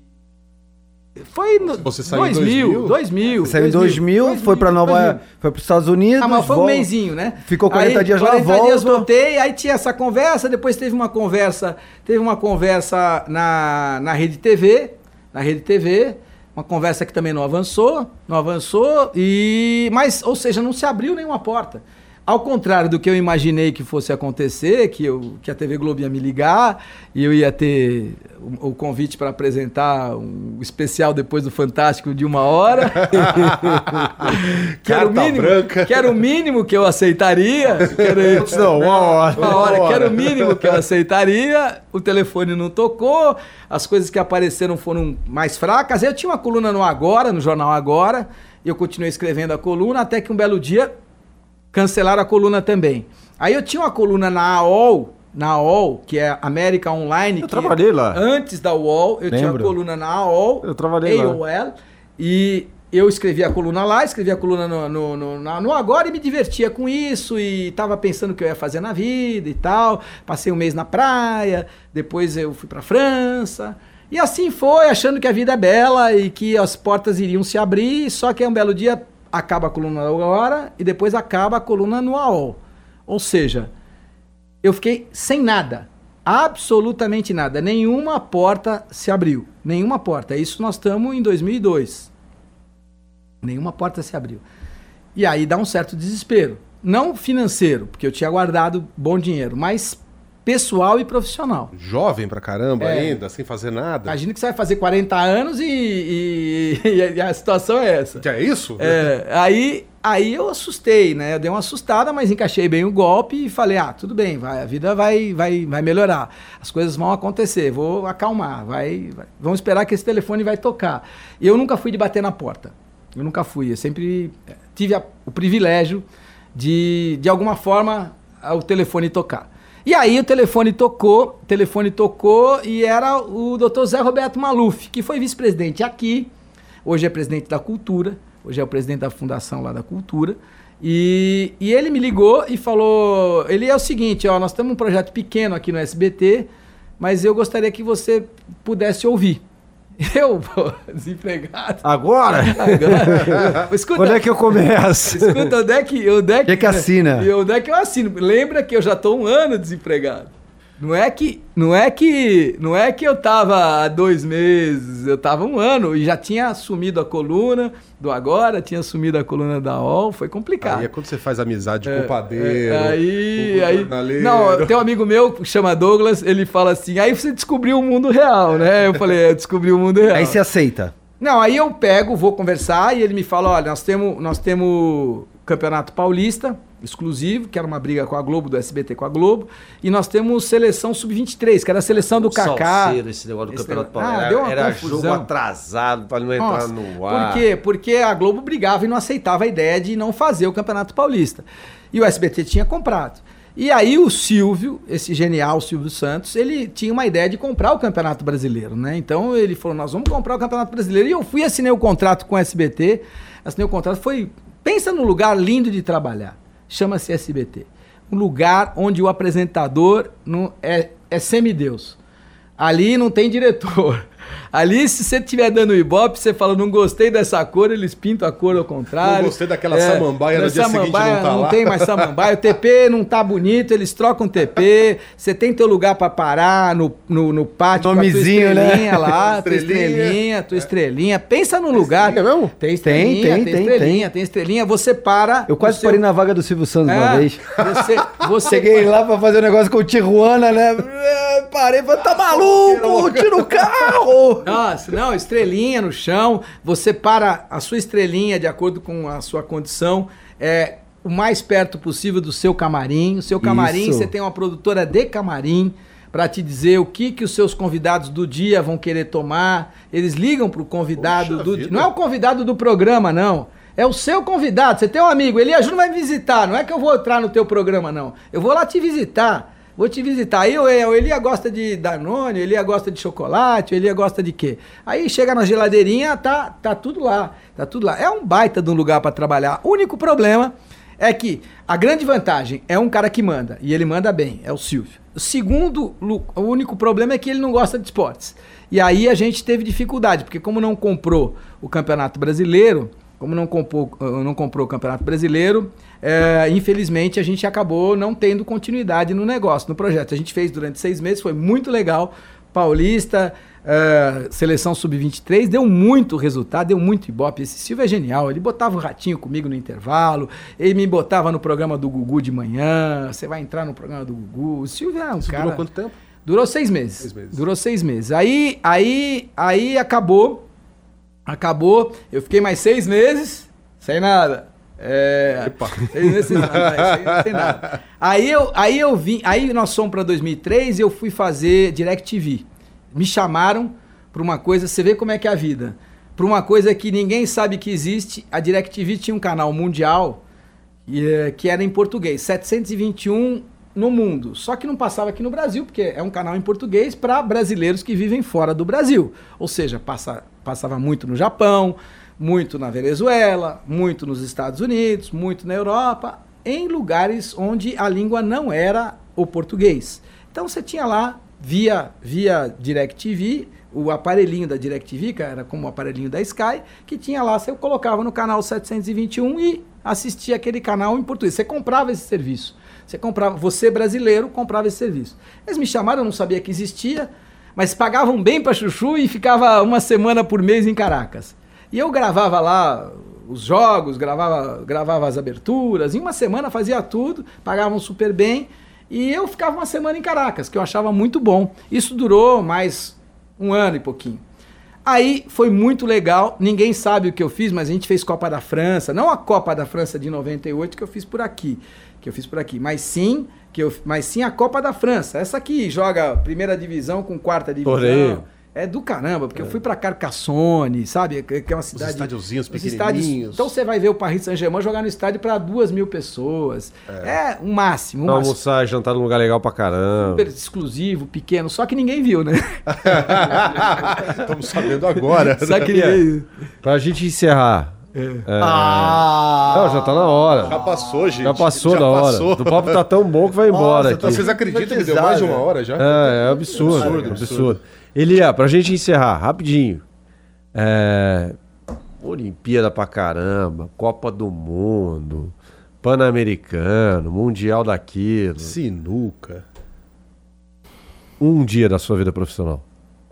Foi no Você saiu em dois mil, dois mil? dois mil. Saiu em dois mil, foi pra Nova, foi para os Estados Unidos. Ah, mas foi um volta- mêsinho, né? Ficou quarenta dias lá, quarenta dias volta. voltei, aí tinha essa conversa, depois teve uma conversa, teve uma conversa na, na Rede T V, na Rede T V, uma conversa que também não avançou, não avançou, e mas, ou seja, não se abriu nenhuma porta. Ao contrário do que eu imaginei que fosse acontecer, que, eu, que a T V Globo ia me ligar e eu ia ter o, o convite para apresentar um especial depois do Fantástico de uma hora. que, era o Carta mínimo, branca. que era o mínimo que eu aceitaria. Que era, Não, uma hora. uma hora, que era o mínimo que eu aceitaria. O telefone não tocou, as coisas que apareceram foram mais fracas. Eu tinha uma coluna no Agora, no jornal Agora, e eu continuei escrevendo a coluna até que um belo dia cancelaram a coluna também. Aí eu tinha uma coluna na A O L, na A O L, que é América Online. Eu que trabalhei lá. Antes da U O L, eu tinha Lembro. uma coluna na A O L. Eu trabalhei lá. A O L. E eu escrevia a coluna lá, escrevia a coluna no, no, no, na- no Agora e me divertia com isso e tava pensando o que eu ia fazer na vida e tal. Passei um mês na praia, depois eu fui pra França. E assim foi, achando que a vida é bela e que as portas iriam se abrir, só que um belo dia acaba a coluna no Agora e depois acaba a coluna no A O L. Ou seja, eu fiquei sem nada. Absolutamente nada. Nenhuma porta se abriu. Nenhuma porta. Isso nós estamos em dois mil e dois. Nenhuma porta se abriu. E aí dá um certo desespero. Não financeiro, porque eu tinha guardado bom dinheiro, mas pessoal e profissional. Jovem pra caramba É. ainda, sem fazer nada. Imagina que você vai fazer quarenta anos e, e- e a situação é essa. Que é isso? É, aí, aí eu assustei, né? Eu dei uma assustada, mas encaixei bem o golpe e falei, ah, tudo bem, vai, a vida vai, vai, vai melhorar. As coisas vão acontecer, vou acalmar, vai, vai- vamos esperar que esse telefone vai tocar. E eu nunca fui de bater na porta. Eu nunca fui, eu sempre eh, tive a- o privilégio de, de alguma forma, a- o telefone tocar. E aí o telefone tocou, o telefone tocou e era o doutor Zé Roberto Maluf, que foi vice-presidente aqui, hoje é presidente da Cultura, hoje é o presidente da Fundação lá da Cultura, e, e ele me ligou e falou, ele é o seguinte, ó, nós temos um projeto pequeno aqui no S B T, mas eu gostaria que você pudesse ouvir. Eu, pô, desempregado. Agora? Agora, escuta, Quando é que eu começo? escuta, onde é que, onde é Onde é que assina? E onde é que eu assino? Lembra que eu já tô um ano desempregado. Não é que, não é que, não é que eu tava há dois meses, eu tava um ano e já tinha assumido a coluna do Agora, tinha assumido a coluna da U O L, foi complicado. Aí é quando você faz amizade com É, o padeiro, é, aí, com o aí, jornaleiro. não, tem um amigo meu que chama Douglas, ele fala assim, aí você descobriu o mundo real, né? Eu falei, é, eu descobri o mundo real. Aí você aceita. Não, aí eu pego, vou conversar e ele me fala, olha, nós temos, nós temos Campeonato Paulista, exclusivo, que era uma briga com a Globo, do S B T com a Globo, e nós temos seleção sub vinte e três, que era a seleção do Kaká. Salseiro esse negócio do Esse Campeonato negócio- Paulista. Ah, deu uma era confusão. jogo atrasado para não entrar Nossa, no ar. Por quê? Porque a Globo brigava e não aceitava a ideia de não fazer o Campeonato Paulista. E o S B T tinha comprado. E aí o Silvio, esse genial Silvio Santos, ele tinha uma ideia de comprar o Campeonato Brasileiro, né? Então ele falou, nós vamos comprar o Campeonato Brasileiro. E eu fui, assinei o contrato com o S B T. Assinei o contrato, foi... Pensa num lugar lindo de trabalhar. Chama-se S B T. Um lugar onde o apresentador não é, é semideus. Ali não tem diretor. Ali, se você estiver dando ibope, você fala, não gostei dessa cor, eles pintam a cor ao contrário. Não gostei daquela samambaia, no dia seguinte não tá Não lá. tem mais samambaia, o T P não tá bonito, eles trocam o T P, você tem teu lugar pra parar no, no, no pátio Nomezinho, com a tua estrelinha né? lá, tua Estrelinha. estrelinha, tua estrelinha. Pensa num lugar... estrelinha mesmo? Tem estrelinha, Tem, tem, tem, tem, estrelinha, tem estrelinha. Você para... Eu quase o seu- parei na vaga do Silvio Santos uma É, vez. Você, você Cheguei lá pra fazer um negócio com o Tijuana, né? É, Parei, falei, tá maluco? Tira o carro! Nossa, não, estrelinha no chão, você para a sua estrelinha de acordo com a sua condição, é o mais perto possível do seu camarim. O seu camarim, Isso. você tem uma produtora de camarim para te dizer o que que os seus convidados do dia vão querer tomar. Eles ligam pro convidado Poxa do vida. dia. Não é o convidado do programa, não. É o seu convidado. Você tem um amigo, ele ajuda, vai me visitar. Não é que eu vou entrar no teu programa, não. Eu vou lá te visitar. Vou te visitar. Aí o, o Elia gosta de Danone, o Elia gosta de chocolate, o Elia gosta de quê? Aí chega na geladeirinha, tá, tá tudo lá. Tá tudo lá. É um baita de um lugar para trabalhar. O único problema é que a grande vantagem é um cara que manda, e ele manda bem, é o Silvio. O segundo, lu- o único problema é que ele não gosta de esportes. E aí a gente teve dificuldade, porque como não comprou o Campeonato Brasileiro, como não comprou, não comprou o Campeonato Brasileiro, é, infelizmente a gente acabou não tendo continuidade no negócio, no projeto. A gente fez durante seis meses, foi muito legal. Paulista, é, seleção sub vinte e três, deu muito resultado, deu muito ibope. Esse Silvio é genial, ele botava o ratinho comigo no intervalo, ele me botava no programa do Gugu de manhã, você vai entrar no programa do Gugu. O Silvio é um Isso cara... durou quanto tempo? Durou seis meses. Seis meses. Durou seis meses. Aí, aí, aí acabou. Acabou. Eu fiquei mais seis meses sem nada. É, Epa. seis meses sem nada. sem, sem nada. Aí eu, aí eu vim. Aí nós fomos para dois mil e três e eu fui fazer DirecTV. Me chamaram para uma coisa. Você vê como é que é a vida. Para uma coisa que ninguém sabe que existe. A DirecTV tinha um canal mundial e, eh, que era em português. setecentos e vinte e um no mundo. Só que não passava aqui no Brasil, porque é um canal em português para brasileiros que vivem fora do Brasil. Ou seja, passa, passava muito no Japão, muito na Venezuela, muito nos Estados Unidos, muito na Europa, em lugares onde a língua não era o português. Então você tinha lá, via, via DirecTV, o aparelhinho da DirecTV, que era como o aparelhinho da Sky, que tinha lá, você colocava no canal setecentos e vinte e um e assistia aquele canal em português. Você comprava esse serviço. Você comprava, você brasileiro comprava esse serviço. Eles me chamaram, eu não sabia que existia, mas pagavam bem para chuchu e ficava uma semana por mês em Caracas. E eu gravava lá os jogos, gravava, gravava as aberturas, em uma semana fazia tudo, pagavam super bem, e eu ficava uma semana em Caracas, que eu achava muito bom. Isso durou mais um ano e pouquinho. Aí foi muito legal, ninguém sabe o que eu fiz, mas a gente fez Copa da França, não a Copa da França de noventa e oito que eu fiz por aqui, que eu fiz por aqui, mas sim, que eu, mas sim a Copa da França, essa que joga primeira divisão com quarta divisão. Torneio. É do caramba, porque é. eu fui pra Carcassonne, sabe? Que é uma cidade... Os estádiozinhos os pequenininhos. Estádios, então você vai ver o Paris Saint-Germain jogar no estádio pra duas mil pessoas. É, é um máximo, um Não, máximo. almoçar, jantar num lugar legal pra caramba. Super exclusivo, pequeno, só que ninguém viu, né? Estamos sabendo agora. Só que ninguém viu. Pra gente encerrar. É. É... Ah! Não, já tá na hora. Já passou, gente. Já passou Já da hora. passou. O papo tá tão bom que vai embora Nossa, aqui. vocês acreditam que deu mais de uma hora já? É, é absurdo, Absurdo, absurdo. absurdo. Elia, pra gente encerrar, rapidinho. É... Olimpíada pra caramba, Copa do Mundo, Pan-Americano, Mundial daquilo. Sinuca. Um dia da sua vida profissional.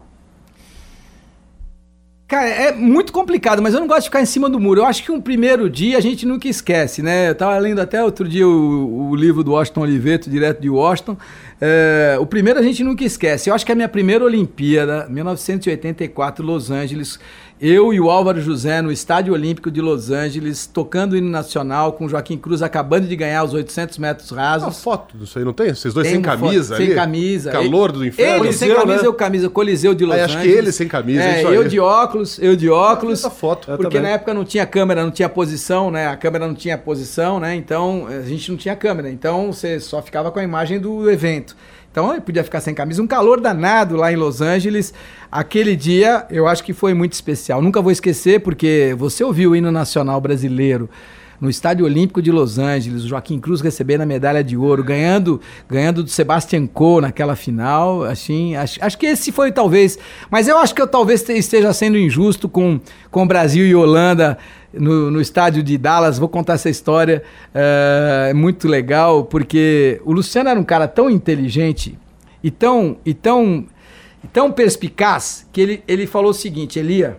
Cara, é muito complicado, mas eu não gosto de ficar em cima do muro. Eu acho que um primeiro dia a gente nunca esquece, né? Eu tava lendo até outro dia o, o livro do Washington Oliveto, direto de Washington. É, o primeiro a gente nunca esquece. Eu acho que a minha primeira Olimpíada, mil novecentos e oitenta e quatro, Los Angeles, eu e o Álvaro José no Estádio Olímpico de Los Angeles, tocando o hino nacional, com o Joaquim Cruz acabando de ganhar os oitocentos metros rasos. Uma foto disso aí, não tem? Vocês dois Tem sem uma camisa foto, ali? sem camisa. Calor do inferno. Ele sem Coliseu, camisa, né? eu camisa, Coliseu de Los Aí, Angeles. acho que ele sem camisa, é, isso aí. eu de óculos, eu de óculos. Essa foto. Eu Porque também. na época não tinha câmera, não tinha posição, né? A câmera não tinha posição, né? Então a gente não tinha câmera. Então você só ficava com a imagem do evento. Então ele podia ficar sem camisa. Um calor danado lá em Los Angeles. Aquele dia eu acho que foi muito especial. Nunca vou esquecer, porque você ouviu o hino nacional brasileiro no Estádio Olímpico de Los Angeles, o Joaquim Cruz recebendo a medalha de ouro, ganhando, ganhando do Sebastian Coe naquela final. Assim, acho, acho que esse foi talvez... Mas eu acho que eu talvez esteja sendo injusto com, com Brasil e Holanda no, no estádio de Dallas. Vou contar essa história. É muito legal, porque o Luciano era um cara tão inteligente e tão, e tão, e tão perspicaz que ele, ele falou o seguinte: Elia,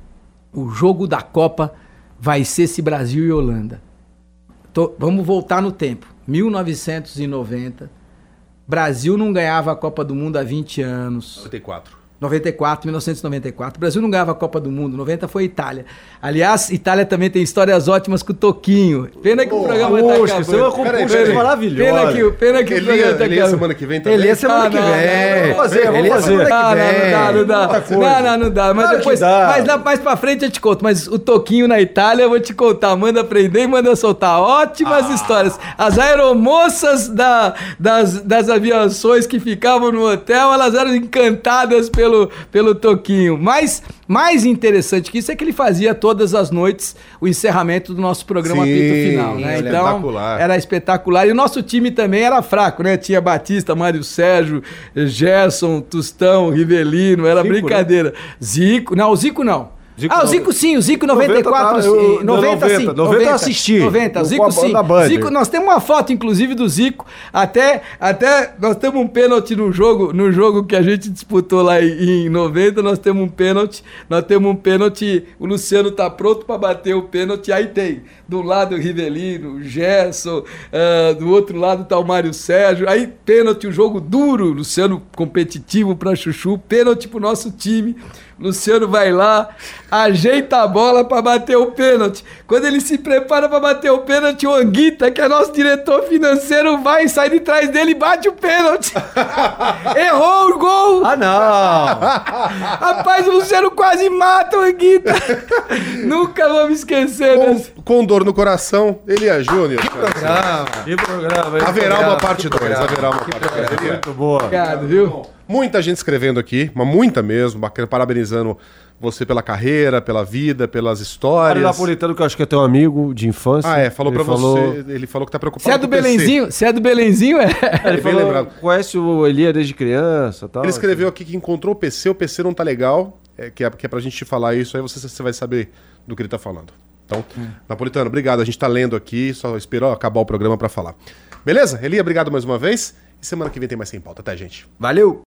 o jogo da Copa vai ser esse Brasil e Holanda. Tô, vamos voltar no tempo. mil novecentos e noventa. Brasil não ganhava a Copa do Mundo há vinte anos. noventa e quatro. noventa e quatro, mil novecentos e noventa e quatro. O Brasil não ganhava a Copa do Mundo. noventa foi Itália. Aliás, Itália também tem histórias ótimas com o Toquinho. Pena que o programa tá Poxa, você é uma acabando. composição maravilhosa. Pena que, pena que o Ele programa ia, tá ele ia acabando. semana que vem também? Ele é semana Ah, que não, vem. Vamos fazer, vamos Ele é fazer. semana que Ah, não, vem. não dá, não dá. Muita coisa. Não, não, não dá. Mas Claro que depois, dá. mas na- mais pra frente eu te conto. Mas o Toquinho na Itália eu vou te contar. Manda prender e manda soltar. Ótimas histórias. As aeromoças da, das, das aviações que ficavam no hotel, elas eram encantadas pelo, pelo Toquinho. Mas mais interessante que isso é que ele fazia todas as noites o encerramento do nosso programa Sim, Apito Final, né? Então, espetacular. era espetacular. E o nosso time também era fraco, né? Tinha Batista, Mário Sérgio, Gerson, Tostão, Rivelino, era Zico, brincadeira. Zico, não, o Zico não. Zico ah, o não. Zico sim, o Zico noventa e quatro, noventa tá, eu- sim, noventa sim. noventa eu assisti. noventa, Com Zico a- sim. na Band. Zico, nós temos uma foto inclusive do Zico, até até nós temos um pênalti no jogo, no jogo que a gente disputou lá em, em noventa, nós temos um pênalti, nós temos um pênalti, o Luciano tá pronto para bater o pênalti, aí tem do lado o Rivelino, o Gerson, ah, do outro lado tá o Mário Sérgio, aí pênalti, um jogo duro, Luciano competitivo para chuchu, pênalti pro nosso time. Luciano vai lá, ajeita a bola pra bater o pênalti. Quando ele se prepara pra bater o pênalti, o Anguita, que é nosso diretor financeiro, vai, sai de trás dele e bate o pênalti. Errou o gol. Ah, não. Rapaz, o Luciano quase mata o Anguita. Nunca vou me esquecer desse. Com, com dor no coração, Elia Júnior. Que programa, hein? Haverá programa, uma parte que dois, programa, haverá uma que parte dois. programa. Elia. Muito boa. Obrigado, viu? Muita gente escrevendo aqui, mas muita mesmo, bacana, parabenizando você pela carreira, pela vida, pelas Mário histórias. Napolitano, que eu acho que é teu amigo de infância. Ah, é, falou Ele pra falou- você, ele falou que tá preocupado Se é do com o P C. Belenzinho, se é do Belenzinho, é. É, ele bem falou, lembrado. conhece o Elia desde criança e tal. Ele escreveu aqui que encontrou o P C, o P C não tá legal, é, que, é, que é pra gente te falar isso, aí você, você vai saber do que ele tá falando. Então, Napolitano, obrigado, a gente tá lendo aqui, só esperou acabar o programa pra falar. Beleza? Elia, obrigado mais uma vez, e semana que vem tem mais Sem Pauta. Até, gente. Valeu.